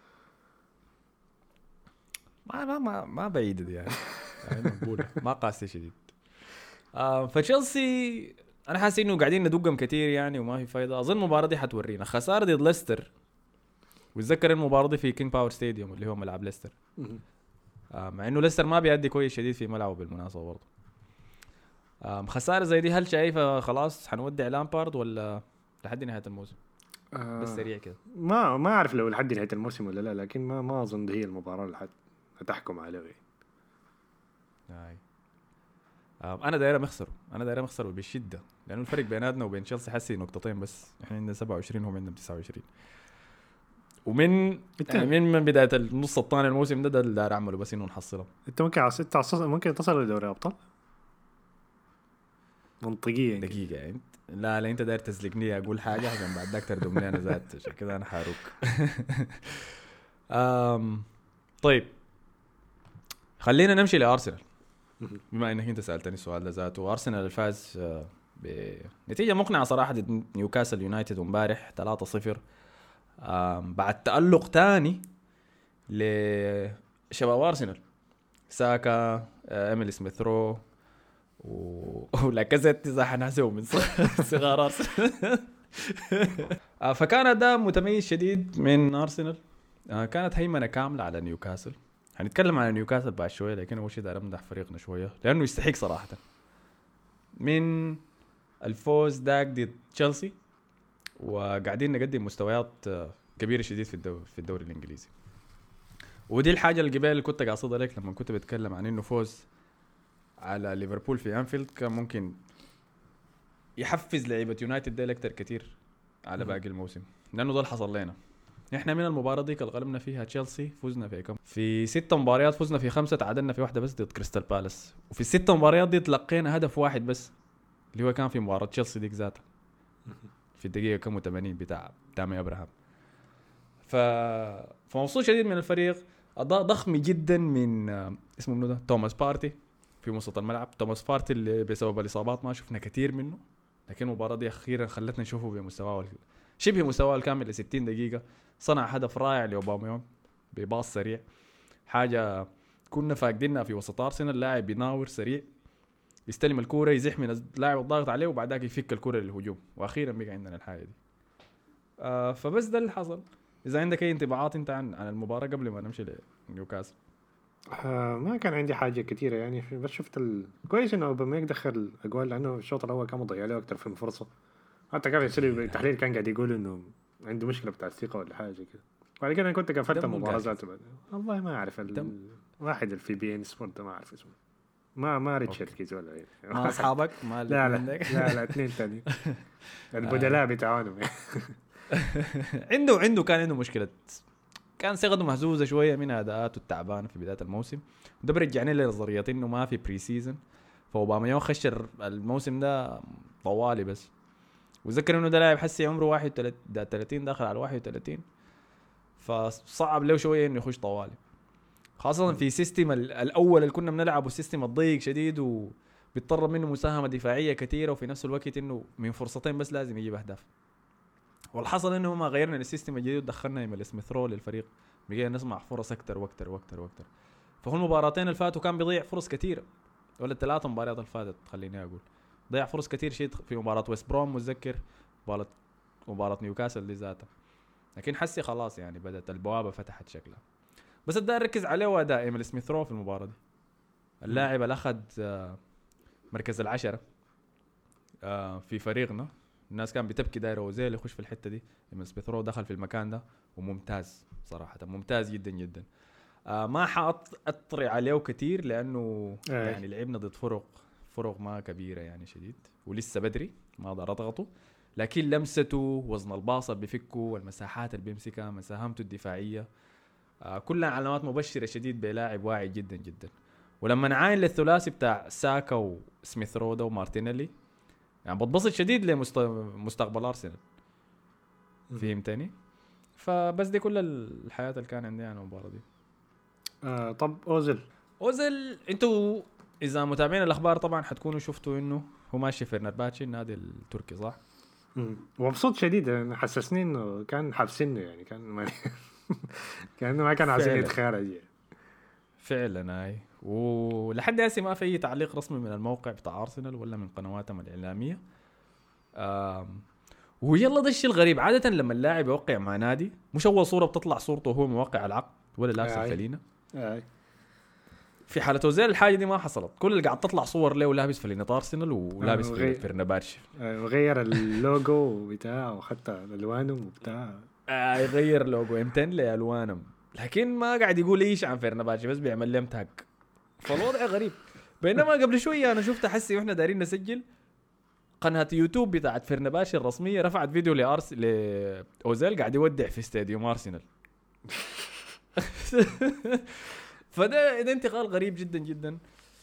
ما بعيد دي يعني مقبولة ما قاسي شديد. فتشيلسي انا حاسس انه قاعدين ندقهم كتير يعني وما في فايدة. اظن المباراة دي حتورينا خسارة ضد ليستر، وتذكر المباراة دي في كينج باور ستاديوم اللي هو ملعب ليستر. مع انه ليستر ما بيأدي كويس شديد في ملعبه بالمناسبة برضه. خسارة زي دي هل شايفة خلاص حنودع لامبارد ولا لحد نهاية الموسم؟ بس سريع كده. ما اعرف لو لحد نهاية الموسم ولا لا، لكن ما اظن هي المباراة اللي هتحكم عليه. انا داير مخسره بشدة، لانه الفرق بيناتنا وبين تشيلسي حسي نقطتين بس. احنا عندنا 27 وهم عندهم 29، ومن يعني من بداية النص الثاني الموسم ده اللي داير اعمله بس انه نحصله. انت ممكن تصل لدوري ابطال منطقيا دقيقة يعني. لا انت داير تسلكني اقول حاجة عشان بعد ذاك تردمني انا ذات عشان كذا انا حاروك. طيب خلينا نمشي لارسنال بما انك انت سألتني السؤال ده ذاته. ارسنال الفاز بنتيجة مقنعة صراحة ضد نيوكاسل يونايتد امبارح 3-0 بعد تألق تاني لشباب ارسنال، ساكا إيميلي سميث رو ولاكازيت اذا حنحسبه من صغار ارسنال. فكان ده متميز شديد من ارسنال. كانت هيمنة كاملة على نيوكاسل. هنتكلم عن نيوكاسل بعد شوية، لكن أول شيء دار أمدح فريقنا شوية لأنه يستحق صراحة من الفوز داك ضد تشيلسي، وقاعدين نقدم مستويات كبيرة شديد في الدوري الإنجليزي. ودي الحاجة اللي قبل كنت قاصدها لك لما كنت بتكلم عن إنه فوز على ليفربول في أنفيلد كان ممكن يحفز لعيبة يونايتد ديل أكتر كتير على باقي الموسم، لأنه ده اللي حصل لنا. احنا من المباراة دي غلبنا فيها تشيلسي، فوزنا في كم في 6 مباريات فوزنا في 5، تعادلنا في 1 بس ضد كريستال بالاس، وفي ال6 مباريات دي تلقينا هدف واحد بس اللي هو كان في مباراة تشيلسي ديك ذاتها في الدقيقة كم 80 بتاع تامي ابراهام. فمبسوط شديد من الفريق. اداء ضخم جدا من اسمه منو ده توماس بارتي في وسط الملعب. توماس بارتي اللي بسبب الاصابات ما شفنا كتير منه، لكن المباراة دي اخيرا خلتنا نشوفه بمستواه شبه مستواه الكامل ل 60 دقيقة. صنع هدف رائع لأوباميونغ بباص سريع، حاجة كنا فاقدينها في وسط أرسنال. لاعب يناور سريع يستلم الكورة يزح من اللاعب الضاغط عليه وبعدها يفك الكورة للهجوم، وأخيرا بقى عندنا الحاجة دي. فبس ده اللي حصل. اذا عندك اي انطباعات انت عن المباراه قبل ما نمشي لنيوكاسل. ما كان عندي حاجة كتيرة يعني، بس شفت كويس انه اوباميانج دخل اجوال، لانه الشوط الاول كان مضيع له اكتر من فرصة. حتى كان يصير التحليل كان قاعد يقول انه عنده مشكلة بتاع الثقة ولا حاجة كده. بعد كده انا كنت قفلت دمه المباراة قاسي. ذاته بعد. والله ما اعرف دم الواحد اللي في بي ان سبورت ده ما اعرف اسمه. ما ريتشارد اوكي. كيز ولا ما واحد. اصحابك ما لا الاثنين لا ديك. لا لا اثنين تاني. آه. البدلاء بتاعهم. كان عنده مشكله، كان ثقته مهزوزه شويه من اداءاته التعبانه في بدايه الموسم، وده برجعني لنظريه انه ما في بري سيزون. فاوباميانغ خش الموسم ده طوالي بس، وذكر انه ده لاعب حسي عمره 31 داخل على 31، فصعب له شويه انه يخش طوالي، خاصه في سيستم الاول اللي كنا بنلعبه، السيستم الضيق شديد وبيضطر منه مساهمه دفاعيه كثيره، وفي نفس الوقت انه من فرصتين بس لازم يجيب اهداف. والحصل انه ما غيرنا السيستم الجديد ودخلنا ايميل سميث رو للفريق، بقينا نسمع فرص اكثر واكثر واكثر واكثر. فهو المباراتين اللي فاتوا كان بيضيع فرص كثيره، ولا الثلاث مباريات اللي فاتت خليني اقول ضيع فرص كثير شيء. في مباراه ويست بروم متذكر، مباراه نيوكاسل دي ذاتها، لكن حسي خلاص يعني بدات البوابه فتحت شكلها. بس بدي اركز عليه واداء ايميل سميث رو في المباراه دي، اللاعب اللي اخذ مركز العشرة في فريقنا. الناس كان بتبكي دايره اوزيل يخش في الحته دي، ايميل سميث رو دخل في المكان ده وممتاز صراحه، ممتاز جدا جدا. ما حاطري عليه كتير لانه يعني لعبنا ضد فرق ما كبيره يعني شديد، ولسه بدري ما اقدر اضغطه، لكن لمسته، وزن الباصه بفكه، والمساحات اللي بيمسكها، مساهمته الدفاعيه، كلها علامات مبشره شديد بلاعب واعي جدا جدا. ولما نعاين للثلاثي بتاع ساكا وسميث رودا ومارتينيلي، يعني بتبسط شديد لمستقبل ارسنال. فهمتني؟ فبس دي كل الحياه اللي كان عندي عن المباراه دي. طب اوزيل انتوا اذا متابعين الاخبار طبعا حتكونوا شفتوا انه هو ماشي في فيرنرباتشي النادي التركي، صح؟ ومبسوط شديد، يعني حسسني انه كان حابسينه، يعني كانه ما كان عايزين يتخارج يعني. فعلا هاي. ولحد هسه ما في اي تعليق رسمي من الموقع بتاع ارسنال ولا من قنواتهم الاعلاميه. ويلا ده الشيء الغريب، عاده لما اللاعب يوقع مع نادي مش اول صوره بتطلع صورته وهو موقع العقد ولا لابس الفلينه. في حاله اوزيل الحاجه دي ما حصلت، كل اللي قاعد تطلع صور له ولابس فلينه ارسنال ولابس فيرنباتش، وغير اللوجو بتاعه وحتى الوانهم وبتاع، يغير لوجو امتن لالوانهم، لكن ما قاعد يقول ايش عن فيرنباتش، بس بيعمل لهم تاج. فالوضع غريب. بينما قبل شويه انا شفت حسي واحنا دايرين نسجل، قناه يوتيوب بتاعت فيرنباتش الرسميه رفعت فيديو لاوزيل قاعد يودع في استاديوم ارسنال. فده انتقال غريب جدا جدا.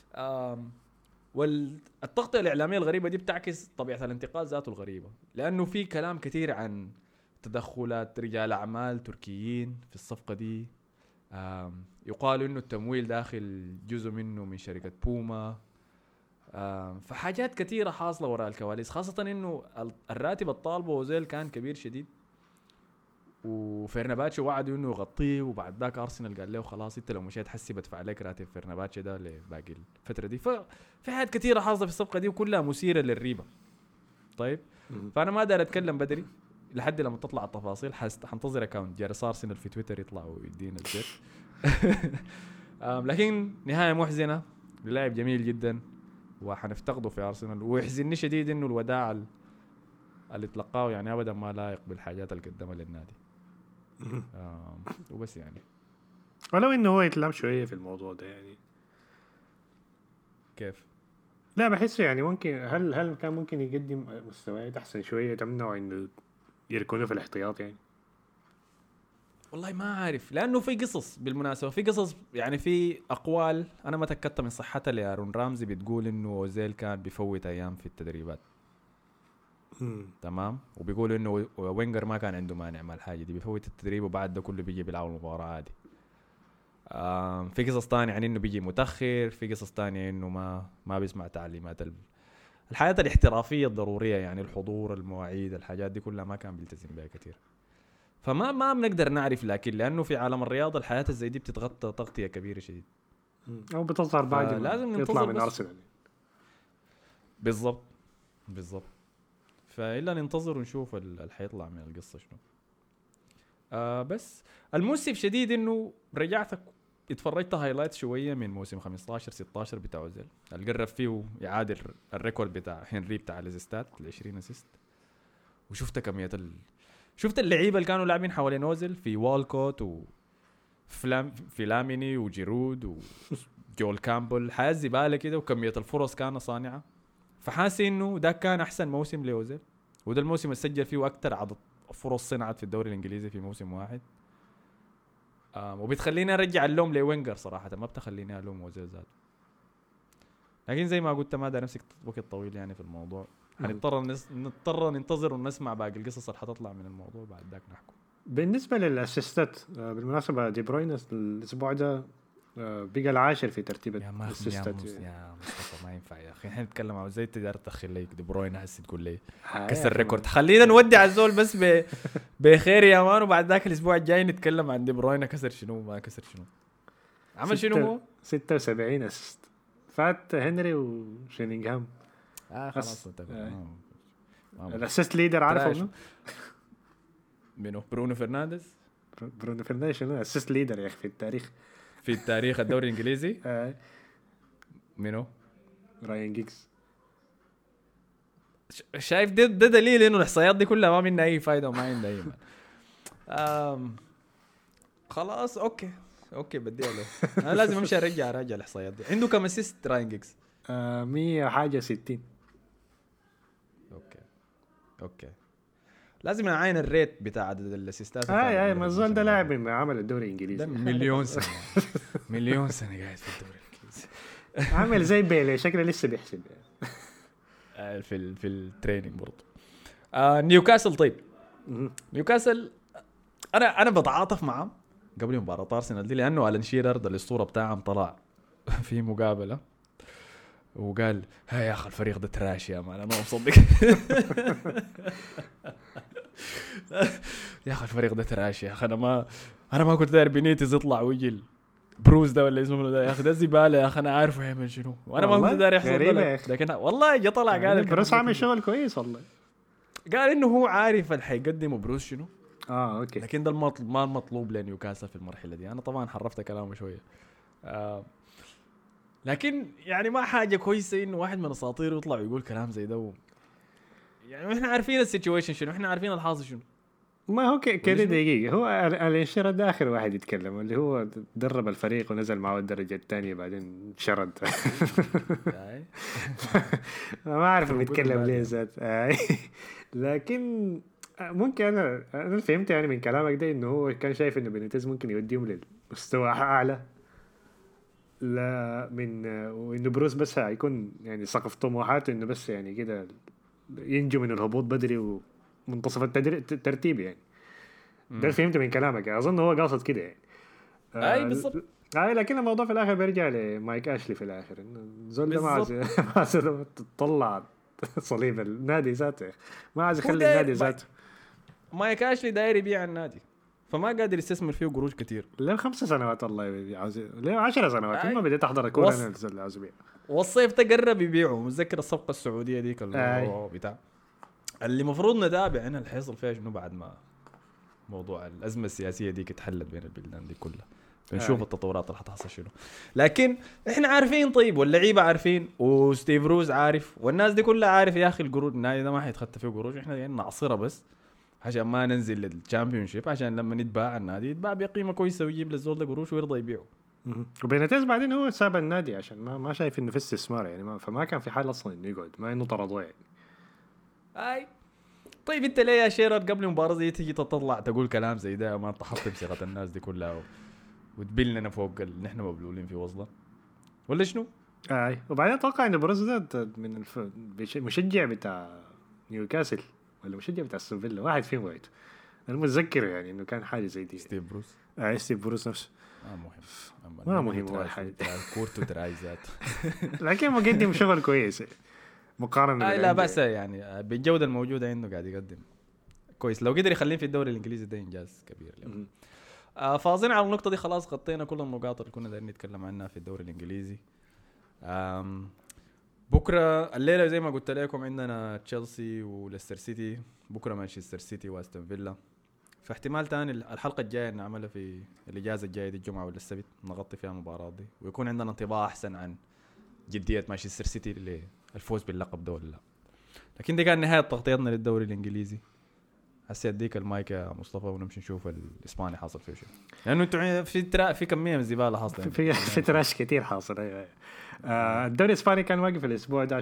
والتغطيه الاعلاميه الغريبه دي بتعكس طبيعه الانتقال ذاته الغريبه، لانه في كلام كثير عن تدخلات رجال اعمال تركيين في الصفقه دي. يقال انه التمويل داخل جزء منه من شركه بوما. فحاجات كثيره حاصله وراء الكواليس، خاصه انه الراتب الطالبه اوزيل كان كبير شديد، وفيرنباتشي وعدوا انه يغطيه، وبعد ذاك ارسنال قال له خلاص انت لو مشيت حسي بدفع لك راتب فيرنباتشي ده لباقي الفتره دي. ففي حاجات كثيره حاصله في الصفقه دي وكلها مثيره للريبه. طيب فانا ما داير اتكلم بدري لحد لما تطلع التفاصيل، حنتظر اكاونت جارس ارسنال في تويتر يطلع ويدينا الزر. لكن نهايه محزنه للاعب جميل جدا وحنفتقده في ارسنال، ويحزنني شديد انه الوداع اللي تلقاه يعني ابدا ما لايق بالحاجات اللي قدمها للنادي. وبس يعني ولو انه هو يتلام شويه في الموضوع ده يعني. كيف؟ لا بحسه يعني ممكن، هل كان ممكن يقدم مستويات احسن شويه تمنع انه يركونه في الاحتياط يعني؟ والله ما عارف، لانه في قصص بالمناسبه، في قصص يعني، في اقوال انا ما تاكدت من صحتها لارون رامزي بتقول انه اوزيل كان بيفوت ايام في التدريبات. تمام. وبيقولوا انه وينجر ما كان عنده مانع مع الحاجه دي، بيفوت التدريب وبعد ده كله بيجي بيلعب المباراه عادي. في قصص تانية يعني انه بيجي متاخر، في قصص تانية انه ما بيسمع تعليمات الحياه الاحترافيه الضروريه، يعني الحضور، المواعيد، الحاجات دي كلها ما كان بيلتزم بها كثير. فما بنقدر نعرف، لكن لانه في عالم الرياضه الحياه الزي دي بتتغطى تغطيه كبيره شديد، او بتظهر بعد ما لازم يطلع من ارسنال. بالضبط. فإلا ننتظر ونشوف اللي حيطلع من القصة شنو. بس المؤسف شديد انه رجعت اتفرجت هايلايت شويه من موسم 15 16 بتاع اوزيل اللي قرب فيه يعادل الريكورد بتاع هنري بتاع الاسيستات ال 20 اسيست. وشفت كميه شفت اللعيبه اللي كانوا لاعبين حوالين اوزيل في والكوت في لاميني وجيرود وجول كامبل حياة زباله كده وكميه الفرص كانت صانعه. فحاسس انه ده كان احسن موسم لاوزيل وده الموسم اللي سجل فيه اكثر عدد فرص صنعت في الدوري الانجليزي في موسم واحد. وبتخليني ارجع اللوم لوينجر صراحه ما بتخليني الوم اوزيل ذاته. لكن زي ما قلت ما دا نمسك وقت طويل يعني في الموضوع. نضطر ننتظر ونسمع باقي القصص اللي حتطلع من الموضوع بعد ذاك نحكم. بالنسبه للاسيستات بالمناسبه دي بروين الاسبوع ده بقى العاشر في ترتيب الاسيستات. يا مصطفى ما ينفع يا اخي احنا نتكلم عن زي تجاره تدخل لي دي بروين هسه تقول لي كسر ريكورد. خلينا نودع الزول بس بخير يا مان وبعد ذاك الاسبوع الجاي نتكلم عن دي بروين كسر شنو ما كسر شنو عمل شنو هو 76 اسيست فات هنري وشينينغهام. خلاص انت الاسيست ليدر عارفه منو برونو فرنانديز شنو اسيست ليدر يا اخي في التاريخ الدوري الانجليزي منو راين جيكس. شايف ده دليل انه الاحصائيات دي كلها ما منها اي فايده وما عندها اي خلاص اوكي بدي له انا لازم امشي اراجع الاحصائيات دي. عنده كم اسيست راين جيكس 160. اوكي لازم نعاين الريت بتاع عدد الاسيستات. ما الزول ده لاعب من عمل الدوري الانجليزي مليون سنه مليون سنه قاعد في الدوري الانجليزي عامل زي بيلي شكله لسه بيحسب في التريننج برضه. نيوكاسل طيب نيوكاسل انا بتعاطف معهم قبل مباراه ارسنال دي لانه الان شيرر ده الاسطوره بتاعهم طلع في مقابله وقال ها يا اخي الفريق ده تراش يا مان انا ما مصدق يا اخي الفريق ده تراش يا اخي انا ما كنت داير بنيتز يطلع ويجي بروز ده ولا اسمه ده يا اخي ده زباله يا اخي انا عارفه يعمل شنو وانا ما كنت داير يحصل ده لكن والله جا طلع قال بروز عامل شغل كويس والله. قال انه هو عارف اللي حيقدمه بروز شنو اوكي لكن ده ما المطلوب لنيوكاسل في المرحله دي. انا طبعا حرفت كلامه شويه لكن يعني ما حاجه كويسه انه واحد من اساطير يطلع ويقول كلام زي ده يعني احنا عارفين السيتويشن شنو احنا عارفين الحاصل شنو. ما هو كده دقيقة هو الانشرد ده آخر واحد يتكلم اللي هو درب الفريق ونزل معه الدرجة الثانية بعدين شرد ما أعرف بيتكلم ليه ذات لكن ممكن أنا فهمت يعني من كلامك ده إنه هو كان شايف إنه بينيتيز ممكن يوديهم لمستوى أعلى لا من وإنه بروس بس هيكون يعني سقف طموحاته إنه بس يعني كده ينجو من الهبوط بدري منتصف الترتيب يعني ده فهمت من كلامك يعني. اظن هو قاصد كده يعني اي بالضبط لكن الموضوع في الاخر بيرجع لمايك اشلي في الاخر انه زول ده ما عايز تطلع صليب النادي ذاته ما عايز يخلي النادي ذاته. مايك اشلي داير يبيع النادي فما قادر يستثمر فيه قروش كتير له 5 سنوات الله عاوز له 10 سنوات ما بديت احضر الكوره انا اللي عاوز ابيع والصيف تقرب يبيعه. متذكر الصفقه السعوديه ديك بتاع اللي مفروض نتابع هنا اللي حيصل فيها شنو بعد ما موضوع الأزمة السياسية دي اتحلت بين البلدان دي كلها نشوف التطورات اللي حتحصل شنو. لكن احنا عارفين طيب واللعيبة عارفين وستيف روز عارف والناس دي كلها عارف يا أخي القروض النادي ده ما حيتخطى فيه قروش احنا يعني نعصرها بس عشان ما ننزل للشامبيونشيب عشان لما نتباع النادي يتباع بقيمة كويسة ويجيب للزول ده قروش ويرضى يبيعه. وبينتيز بعدين هو ساب النادي عشان ما شايف انه في استثمار يعني فما كان في حال اصلا انه يقعد ما انه طردوه يعني. طيب انت ليه يا شيرر قبل المباراه زي تيجي تطلع تقول كلام زي ده ما تحط بصيغه الناس دي كلها وتبلنا فوق نحن مبلولين في وصله ولا شنو؟ وبعدين اتوقع ان بروز ده من المشجع بتاع نيوكاسل ولا مشجع بتاع سوفيلا واحد فيهم واحد انا متذكر يعني انه كان حاجه زي دي. ستيف بروس ستيف بروس نفسه ما مهم ولا حاجه كورتو ترايزات لكن مقدم شغل كويس مقارنة لا بس يعني بالجودة الموجودة عنده قاعد يقدم كويس. لو قدر يخليه في الدوري الإنجليزي ده إنجاز كبير له. فاظن على النقطة دي خلاص غطينا كل النقاط اللي كنا دايرين نتكلم عنها في الدوري الإنجليزي. بكرة الليلة زي ما قلت لكم عندنا تشيلسي وليستر سيتي. بكرة مانشستر سيتي واستون فيلا فاحتمال تاني الحلقة الجاية نعملها في الإجازة الجاية دي الجمعة ولا السبت نغطي فيها المباراة دي ويكون عندنا انطباع أحسن عن جدية مانشستر سيتي للفوز باللقب ده ولا لا. لكن دي كان نهاية تغطيتنا للدوري الإنجليزي. هسه أديك المايك يا مصطفى ونمشي نشوف الإسباني حاصل فيه شيء لأنه أنتوا في كمية من الزبالة حاصلة في تراش كتير حاصل. الدوري الإسباني كان واقف الأسبوع ده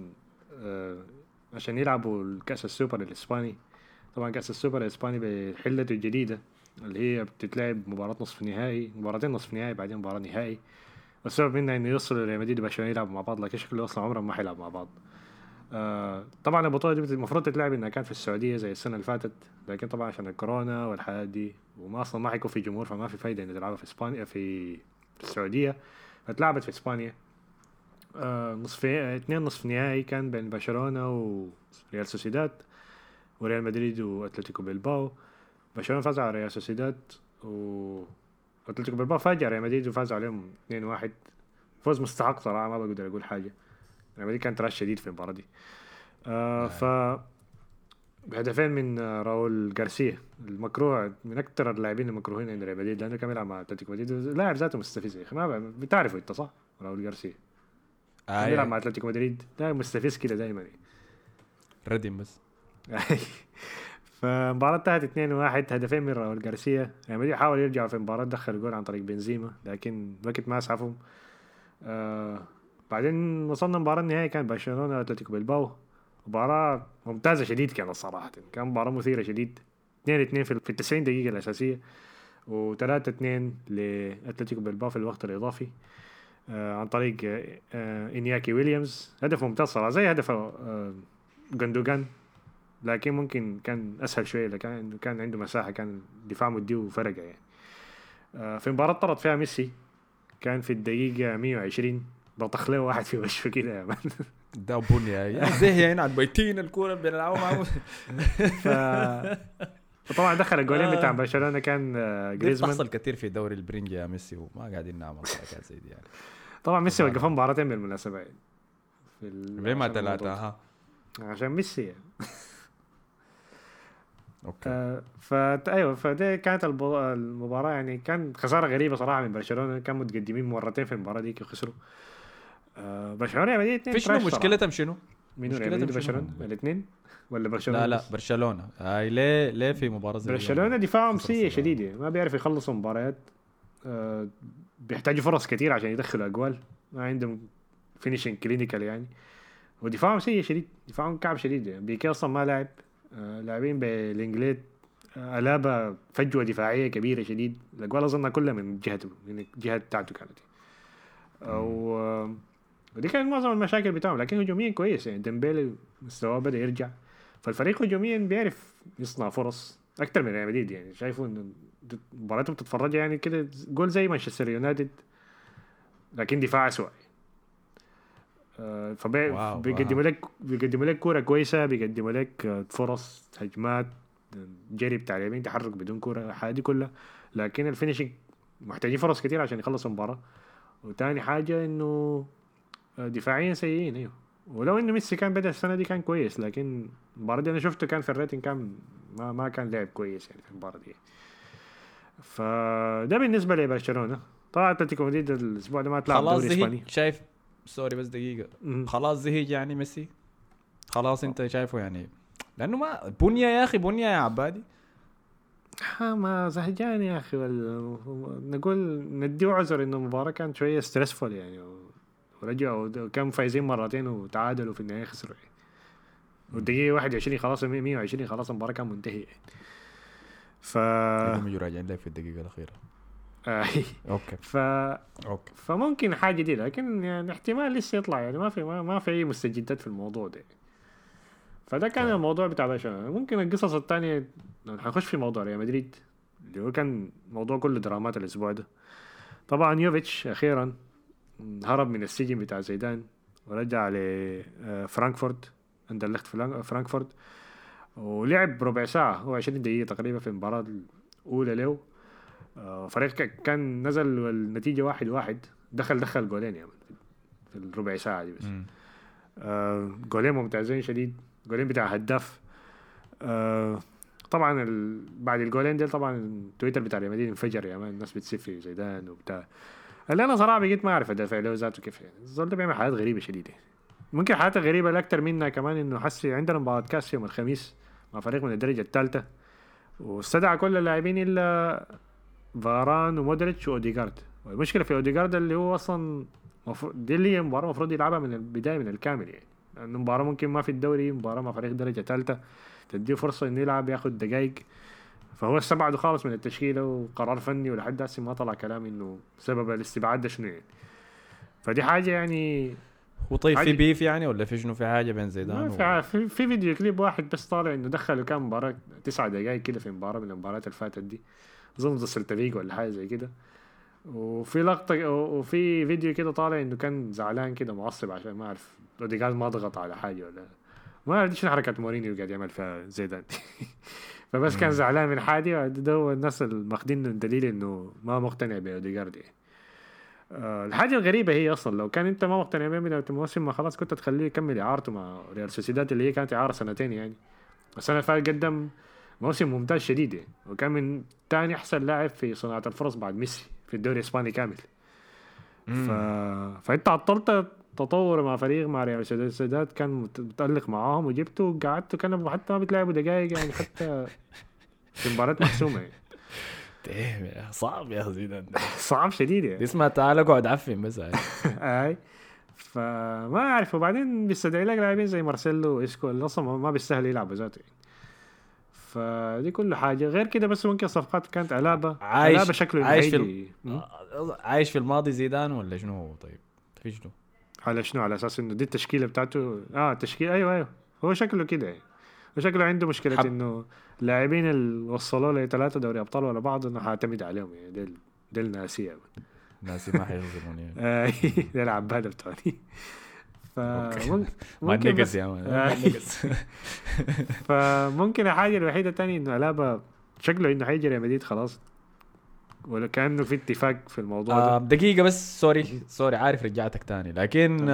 عشان يلعبوا الكأس السوبر الإسباني. طبعا كأس السوبر الإسباني بحلته الجديدة اللي هي بتتلعب مباراة نصف نهائي مباراتين نصف نهائي بعدين مباراة نهائي. والسبب منها إنه يوصلوا ريال مدريد وبرشلونة يلعبوا مع بعض لكن شكله أصلا عمرهم ما حيلعبوا مع بعض. طبعا البطولة دي المفروض تتلعب إنها كانت في السعودية زي السنة اللي فاتت لكن طبعا عشان الكورونا والحياة دي وما أصلا ما حيكون في جمهور فما في فايدة إنه تلعبها في إسبانيا في السعودية. فتلعبت في إسبانيا. اثنين نصف نهائي كان بين برشلونة وريال سوسيداد وريال مدريد واتلتيكو بيلباو. برشلونة فاز على ريال سوسيداد واتلتيكو بيلباو فاجأ ريال مدريد وفاز عليهم 2-1. فوز مستحق صراحة ما بقدر أقول حاجة. ريال مدريد كان تراش شديد في المباراة دي. ف بهدفين من راول غارسيا المكروه من أكثر اللاعبين المكروهين عند ريال مدريد لأنه كان يلعب مع اتلتيكو مدريد لاعب ذاته مستفز يا أخي ما بتعرفه أنت صح راول غارسيا يلعب مع اتلتيكو مدريد ده مستفز كده دايما ردم بس. فمباراة انتهت 2-1 هدفين من راول غارسيا. يعني حاول يرجع في المباراة دخل جول عن طريق بنزيما لكن الوقت ما اسعفهم. بعدين وصلنا مباراة النهائي كان برشلونة واتلتيكو بيلباو. مباراة ممتازة شديد كانت صراحة كان مباراة مثيرة شديد 2-2 في 90 دقيقة الأساسية و3-2 لاتلتيكو بيلباو في الوقت الإضافي عن طريق إنياكي ويليامز. هدف ممتاز صراحة زي هدف غندوغان لكن ممكن كان أسهل شوية لكن كان عنده مساحة كان دفاع مدي وفرقة يعني. في مباراة طرد فيها ميسي كان في الدقيقة 120 بطخ له واحد في وشه كده يا مان ده بنيا زي هنا عند بيتين الكورة بيلعبوا معه. طبعا دخل الجولين بتاع برشلونة كان جريزمان. بتحصل كتير في دوري البرنج يا ميسي وما قاعدين نعمل حركات زي دي يعني. طبعا ميسي وقفهم مباراتين بالمناسبة يعني ليه ما 3 عشان ميسي يعني. اوكي. ايوه فدي كانت المباراه يعني كان خساره غريبه صراحه من برشلونه. كان متقدمين مرتين في المباراه دي وخسروا. برشلونه يعني في شنو مشكلتهم شنو؟ مشكلتهم برشلونه الاثنين ولا برشلونه؟ لا برشلونه هاي ليه في مباراه زي برشلونه دفاعهم سيء شديد ما بيعرف يخلصوا مباريات. بيحتاجوا فرص كتير عشان يدخلوا اجوال ما عندهم فينيشنج كلينيكال يعني. ودفاعهم سيء شديد دفاعهم كعب شديد يعني. بيكي اصلا ما لاعب لاعبين بالانجليز ألابا فجوة دفاعية كبيرة شديد. الأجوال أظنها كلها من جهته من الجهة بتاعته كانت ودي كانت معظم المشاكل بتاعهم. لكن هجوميا كويس يعني ديمبيلي مستواه بدأ يرجع فالفريق هجوميا بيعرف يصنع فرص أكتر من ريال مدريد يعني. شايفوا إنه مباراتهم بتتفرج يعني كده جول زي مانشستر يونايتد لكن دفاع أسوأ. بيقدموا لك كورة كويسة بيقدموا لك فرص هجمات جري بتاع اليمين تحرك بدون كورة حاجة كلها. لكن الفينيشنج محتاجين فرص كتير عشان يخلصوا المباراة. وتاني حاجة إنه دفاعيا سيئين ايوه. ولو إنه ميسي كان بدأ السنة دي كان كويس لكن المباراة دي أنا شفته كان في الريتنج كان ما كان لعب كويس يعني في المباراة دي. فده بالنسبة لبرشلونة. طبعا اتلتيكو مدريد الأسبوع ده ما تلعب دوري إسباني. شايف سوري بس دقيقة خلاص زهق يعني ميسي خلاص انت شايفه يعني لانه ما بنيا يا اخي بنيا يا عبادي ما زهجان يا اخي نقول نديه عذر انه المباراة كانت شوية ستريسفول يعني ورجعوا كانوا فايزين مرتين وتعادلوا في النهاية خسروا يعني. والدقيقة 21 خلاص 120 خلاص المباراة كان منتهي يعني. هم يراجعين لك في الدقيقة الأخيرة. اوكي فممكن حاجة دي لكن يعني احتمال لسه يطلع يعني ما في اي مستجدات في الموضوع ده. فده كان الموضوع بتاع برشلونة. ممكن القصص الثانية هنخش في موضوع ريال مدريد اللي هو كان موضوع كله درامات الاسبوع ده. طبعا يوفيتش اخيرا هرب من السجن بتاع زيدان ورجع لفرانكفورت عند اللخت فرانكفورت ولعب ربع ساعة هو 20 دقيقة تقريبا في المباراة الأولى له. فريق كان نزل والنتيجة 1-1 دخل جولين يعني في الربع ساعة دي بس. جولين ممتازين شديد جولين بتاع هداف. طبعا بعد الجولين ديل طبعا التويتر بتاع ريال مدريد انفجر يا مان، الناس بتسف في زيدان وبتاع. اللي انا صراحه بقيت ما اعرف ادافع له ذاته كيف يعني. الزول ده بيعمل حاجات غريبه شديده. ممكن حاجات غريبه الاكثر منها كمان انه حسي عندنا مباراه كاس يوم الخميس مع فريق من الدرجه الثالثه، واستدعى كل اللاعبين الا فاران ومودريتش واوديغارد. والمشكله في اوديغارد اللي هو اصلا دي اللي هي مباراه المفروض يلعبها من البدايه من الكامل يعني، لانه مباراه ممكن ما في الدوري، مباراه مع فريق درجه ثالثه تديه فرصه انه يلعب ياخد دقائق. فهو استبعده خالص من التشكيله، وقرار فني ولحد هسه ما طلع كلام انه سبب الاستبعاد ده شنو يعني. فدي حاجه يعني. وطيب في بيف يعني ولا في شنو، في حاجه بين زيدان في فيديو كليب واحد بس طالع انه دخلوا كام مباراه 9 دقائق كده في مباراه من المباريات اللي فاتت دي، اظن ضد سيلتا فيجو ولا حاجه زي كده. وفي لقطه وفي فيديو كده طالع انه كان زعلان كده معصب عشان ما اعرف اوديغارد ما ضغط على حاجه ولا ما اعرف شنو حركه مورينيو قاعد يعمل فيها زيدان فبس كان زعلان من حاجه. ده هو الناس الماخدين الدليل انه ما مقتنع باوديغارد يعني. الحاجه الغريبه هي اصلا لو كان انت ما مقتنع بيه بدايه الموسم ما خلاص كنت تخليه يكمل اعارته مع ريال سوسيداد اللي هي كانت اعاره سنتين يعني. السنه اللي فاتت قدم موسم ممتاز شديد يعني، وكان من تاني احسن لاعب في صناعه الفرص بعد ميسي في الدوري الاسباني كامل. فانت عطلت تطور مع فريق مع ريال سوسيداد كان متألق معاهم وجبته وقعدته كان حتى ما بتلعبوا دقائق يعني حتى في مباراة محسومة يعني. صعب يا زيدان صعب شديد يعني. اسمع تعال اقعد عفن بس اي فما اعرف. وبعدين بيستدعي لك لاعبين زي مارسيلو واسكو اللي اصلا ما بيستاهل يلعب ذاته يعني. فدي كل حاجه غير كده. بس ممكن صفقات كانت ألابا شكله عايش في الماضي زيدان ولا شنو؟ طيب في شنو على شنو؟ على اساس انه دي التشكيله بتاعته. تشكيل ايوه هو شكله كده يعني. وشكله عنده مشكله انه لاعبين اللي وصلوا له 3 دوري ابطال ولا بعض انه حاعتمد عليهم يعني. ديل ناسيه ناسي ما حيظلموني ديل العباده بتاعتي. ما نقص يا مان فممكن الحاجه الوحيده تاني انه ألابا شكله انه حيجي ريال مدريد خلاص، ولا كانه في اتفاق في الموضوع ده. دقيقه بس سوري عارف رجعتك تاني لكن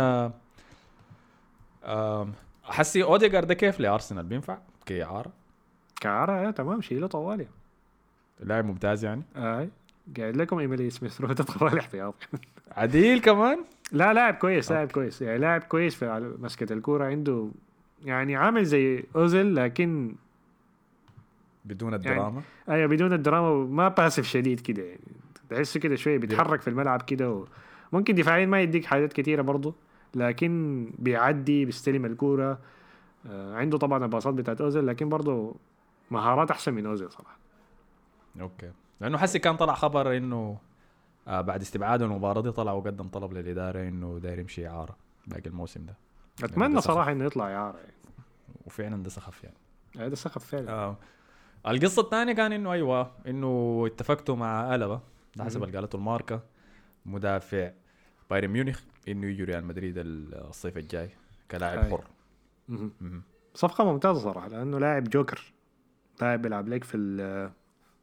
حسي اوديغارد ده كيف لارسنال بينفع كإعارة تمام شيله طوالي. لاعب ممتاز يعني. قاعد لكم ايميلي سميث رو طوالي احتياط عديل كمان. لا لاعب كويس يعني لاعب كويس في مسكة الكورة، عنده يعني عامل زي اوزيل لكن بدون الدراما يعني. بدون الدراما ما باسف شديد كده يعني. تحسه كده شوية بيتحرك في الملعب كده، وممكن دفاعيا ما يديك حاجات كتيرة برضو لكن بيعدي بيستلم الكورة. عنده طبعا الباصات بتاعت اوزيل لكن برضو مهارات احسن من اوزيل صراحة. اوكي لانه حسي كان طلع خبر انه بعد استبعاده المباراة دي طلع وقدم طلب للإدارة إنه داير يمشي إعارة باقي الموسم ده. أتمنى صراحة إنه يطلع إعارة يعني. وفعلا ده سخف يعني. ده سخف فعلا. القصة الثانية كان إنه أيوة إنه اتفقتوا مع ألابا ده حسب اللي قالته الماركة مدافع بايرن ميونخ إنه يجي ريال مدريد الصيف الجاي كلاعب حر. صفقة ممتازة صراحة لأنه لاعب جوكر، لاعب يلعب لك في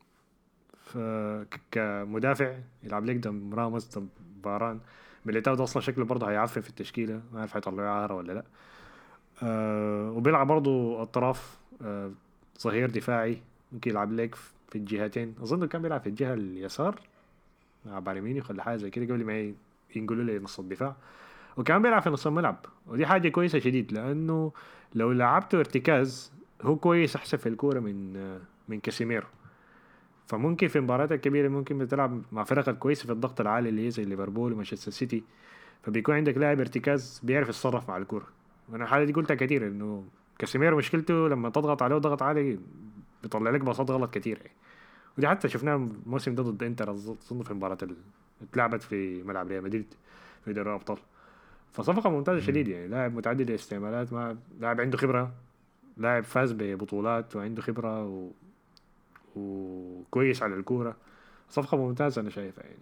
كمدافع يلعب لك دم راموس دم فاران. ميليتاو ده اصلا شكله برضه هيعفن في التشكيله، ما عارف هيطلعوه عاره ولا لا. وبيلعب برضه اطراف، ظهير دفاعي ممكن يلعب لك في الجهتين. اظن كان بيلعب في الجهه اليسار مع بايرن ميونخ ولا حاجه زي كده قبل ما ينقلوا له نص الدفاع، وكان بيلعب في نص الملعب. ودي حاجه كويسه شديد لانه لو لعبته ارتكاز هو كويس احسن في الكوره من كاسيميرو. فممكن في المباريات الكبيرة ممكن بتلعب مع فرق الكويسة في الضغط العالي اللي هي زي ليفربول ومانشستر سيتي، فبيكون عندك لاعب ارتكاز بيعرف يتصرف مع الكرة. وانا الحالة دي قلتها كتير انه كاسيميرو مشكلته لما تضغط عليه ضغط عالي بيطلع لك باصات غلط كتير يعني. ودي حتى شفناها الموسم ده ضد انتر اظن في المباراة اللي اتلعبت في ملعب ريال مدريد في دوري الابطال. فصفقة ممتازة شديد يعني. لاعب متعدد الاستعمالات، لاعب عنده خبرة، لاعب فاز ببطولات وعنده خبرة وكويس على الكورة. صفقة ممتازة أنا شايفها يعني.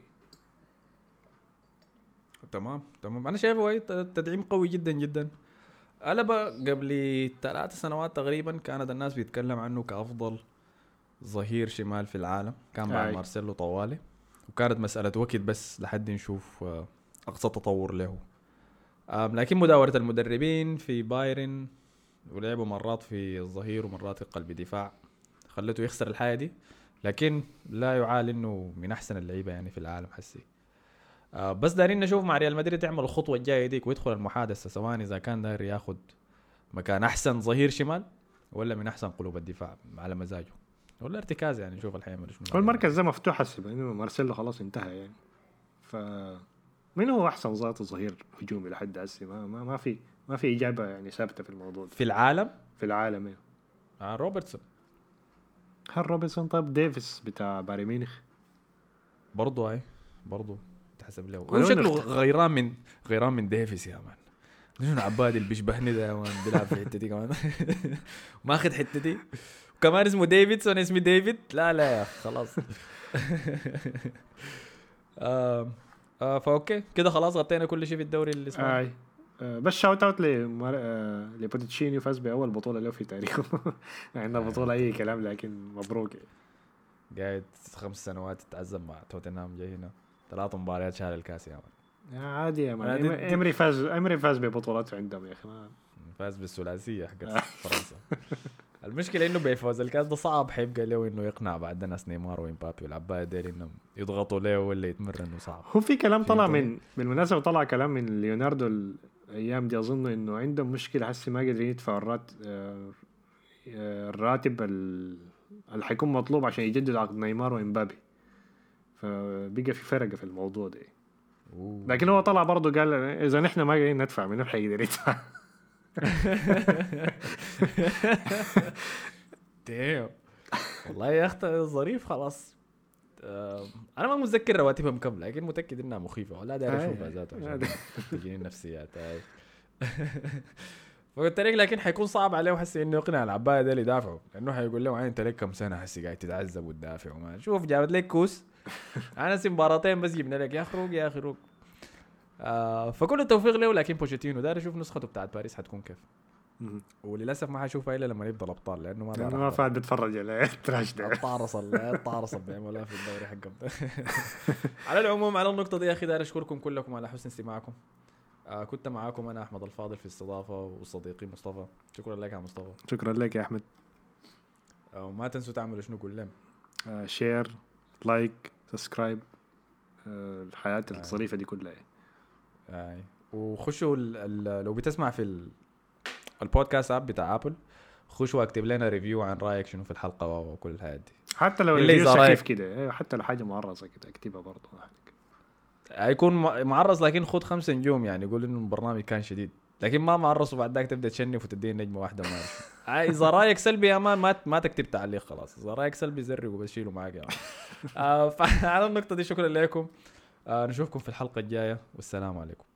تمام أنا شايفه تدعيم قوي جدا جدا. ألابا قبل 3 سنوات تقريبا كانت الناس بيتكلم عنه كأفضل ظهير شمال في العالم، كان بعد مارسيلو طوالي، وكانت مسألة وقت بس لحد نشوف أقصى تطور له. لكن مداورة المدربين في بايرن ولعبوا مرات في الظهير ومرات في قلب دفاع خلته يخسر الحاجه دي، لكن لا يعال انه من احسن اللعيبه يعني في العالم حسي. بس دارين نشوف مع ريال مدريد يعمل الخطوه الجايه ديك ويدخل المحادثه، سواء اذا كان داير ياخد مكان احسن ظهير شمال ولا من احسن قلوب الدفاع على مزاجه ولا ارتكاز. يعني نشوف الحين هو المركز ده مفتوح حسب انه مارسيلو خلاص انتهى يعني. ف مين هو احسن ظهير هجومي لحد هسه؟ ما في اجابه يعني ثابته في الموضوع ده. في العالم يعني. روبرتسون. هل روبرتسون؟ طيب ديفيس بتاع بايرن ميونخ برضو هاي برضو تحسب له. هو شكله غيران من ديفيس يا مان. نحن عباد اللي بيشبهني ده يا مان بيلعب في حتتي كمان ما اخذ حتتي وكمان اسمه ديفيد وانا اسمي ديفيد. لا يا خلاص فاوكي كده خلاص غطينا كل شيء في الدوري الاسباني. بس شاوت اوت لبوتشينيو فاز باول بطوله له في تاريخه عندنا بطوله اي كلام لكن مبروك. قاعد 5 سنوات تتعذب مع توتنهام، جاي هنا 3 مباريات شال الكاس يا مان. عادي يا مان. امري فاز ببطولات عندهم يا اخي. فاز بالثلاثيه حق فرنسا. المشكله انه بيفوز الكاس ده صعب حيبقى له انه يقنع بعد ناس نيمار وامبابي والعباد ديل انهم يضغطوا له ولا يتمرنوا. صعب. هو في كلام طلع بالمناسبه طلع كلام من ليوناردو الايام دي اظن انه عندهم مشكله حسي ما قادرين يدفعوا الراتب اللي حيكون مطلوب عشان يجدد عقد نيمار وامبابي. فبقى في فرق في الموضوع ده. لكن هو طلع برضه قال اذا نحن ما قادرين ندفع منو حيقدر يدفع. ديو والله يا اخي ظريف. خلاص انا ما متذكر رواتبهم كم لكن متاكد انها مخيفه ولا داير اشوفها ذاته عشان تجيني النفسيات هاي. فقلت لك لكن حيكون صعب عليه وحسي انه يقنع العبايه ده اللي يدافعوا لانه حيقول له انت لك كم سنه حسي قاعد تتعذب وتدافع وما شوف جابت لك كوس انا مباراتين بس جبنا لك يا اخي روق. فكل التوفيق له. لكن بوشيتينو داير اشوف نسخته بتاعت باريس حتكون كيف. وللاسف ما حشوفها الا لما يبدا الابطال لانه ما فاد بتفرج على التراش ده. الطارص بيعملها في الدوري حقهم. على العموم على النقطه دي يا اخي داير اشكركم كلكم على حسن استماعكم. كنت معاكم انا احمد الفاضل في الاستضافه وصديقي مصطفى. شكرا لك يا مصطفى. شكرا لك يا احمد. وما تنسوا تعملوا شنو قول لهم شير لايك سبسكرايب الحياه الظريفه دي كلها. وخشوا لو بتسمع في البودكاست اب بتاع ابل خش واكتب لنا ريفيو عن رايك شنو في الحلقه وكل الحاجات دي. حتى لو ريفيو سخيف كده حتى لو حاجه معرضه كده اكتبها برضه هيكون معرض لكن خد 5 نجوم يعني يقول انه البرنامج كان شديد لكن ما معرض وبعد ذاك تبدا تشنف وتديني نجمه واحده ما اذا رايك سلبي يا مان ما تكتب تعليق خلاص. اذا رايك سلبي زرق وبشيله معاك يعني. فعلى النقطه دي شكرا لكم. نشوفكم في الحلقه الجايه والسلام عليكم.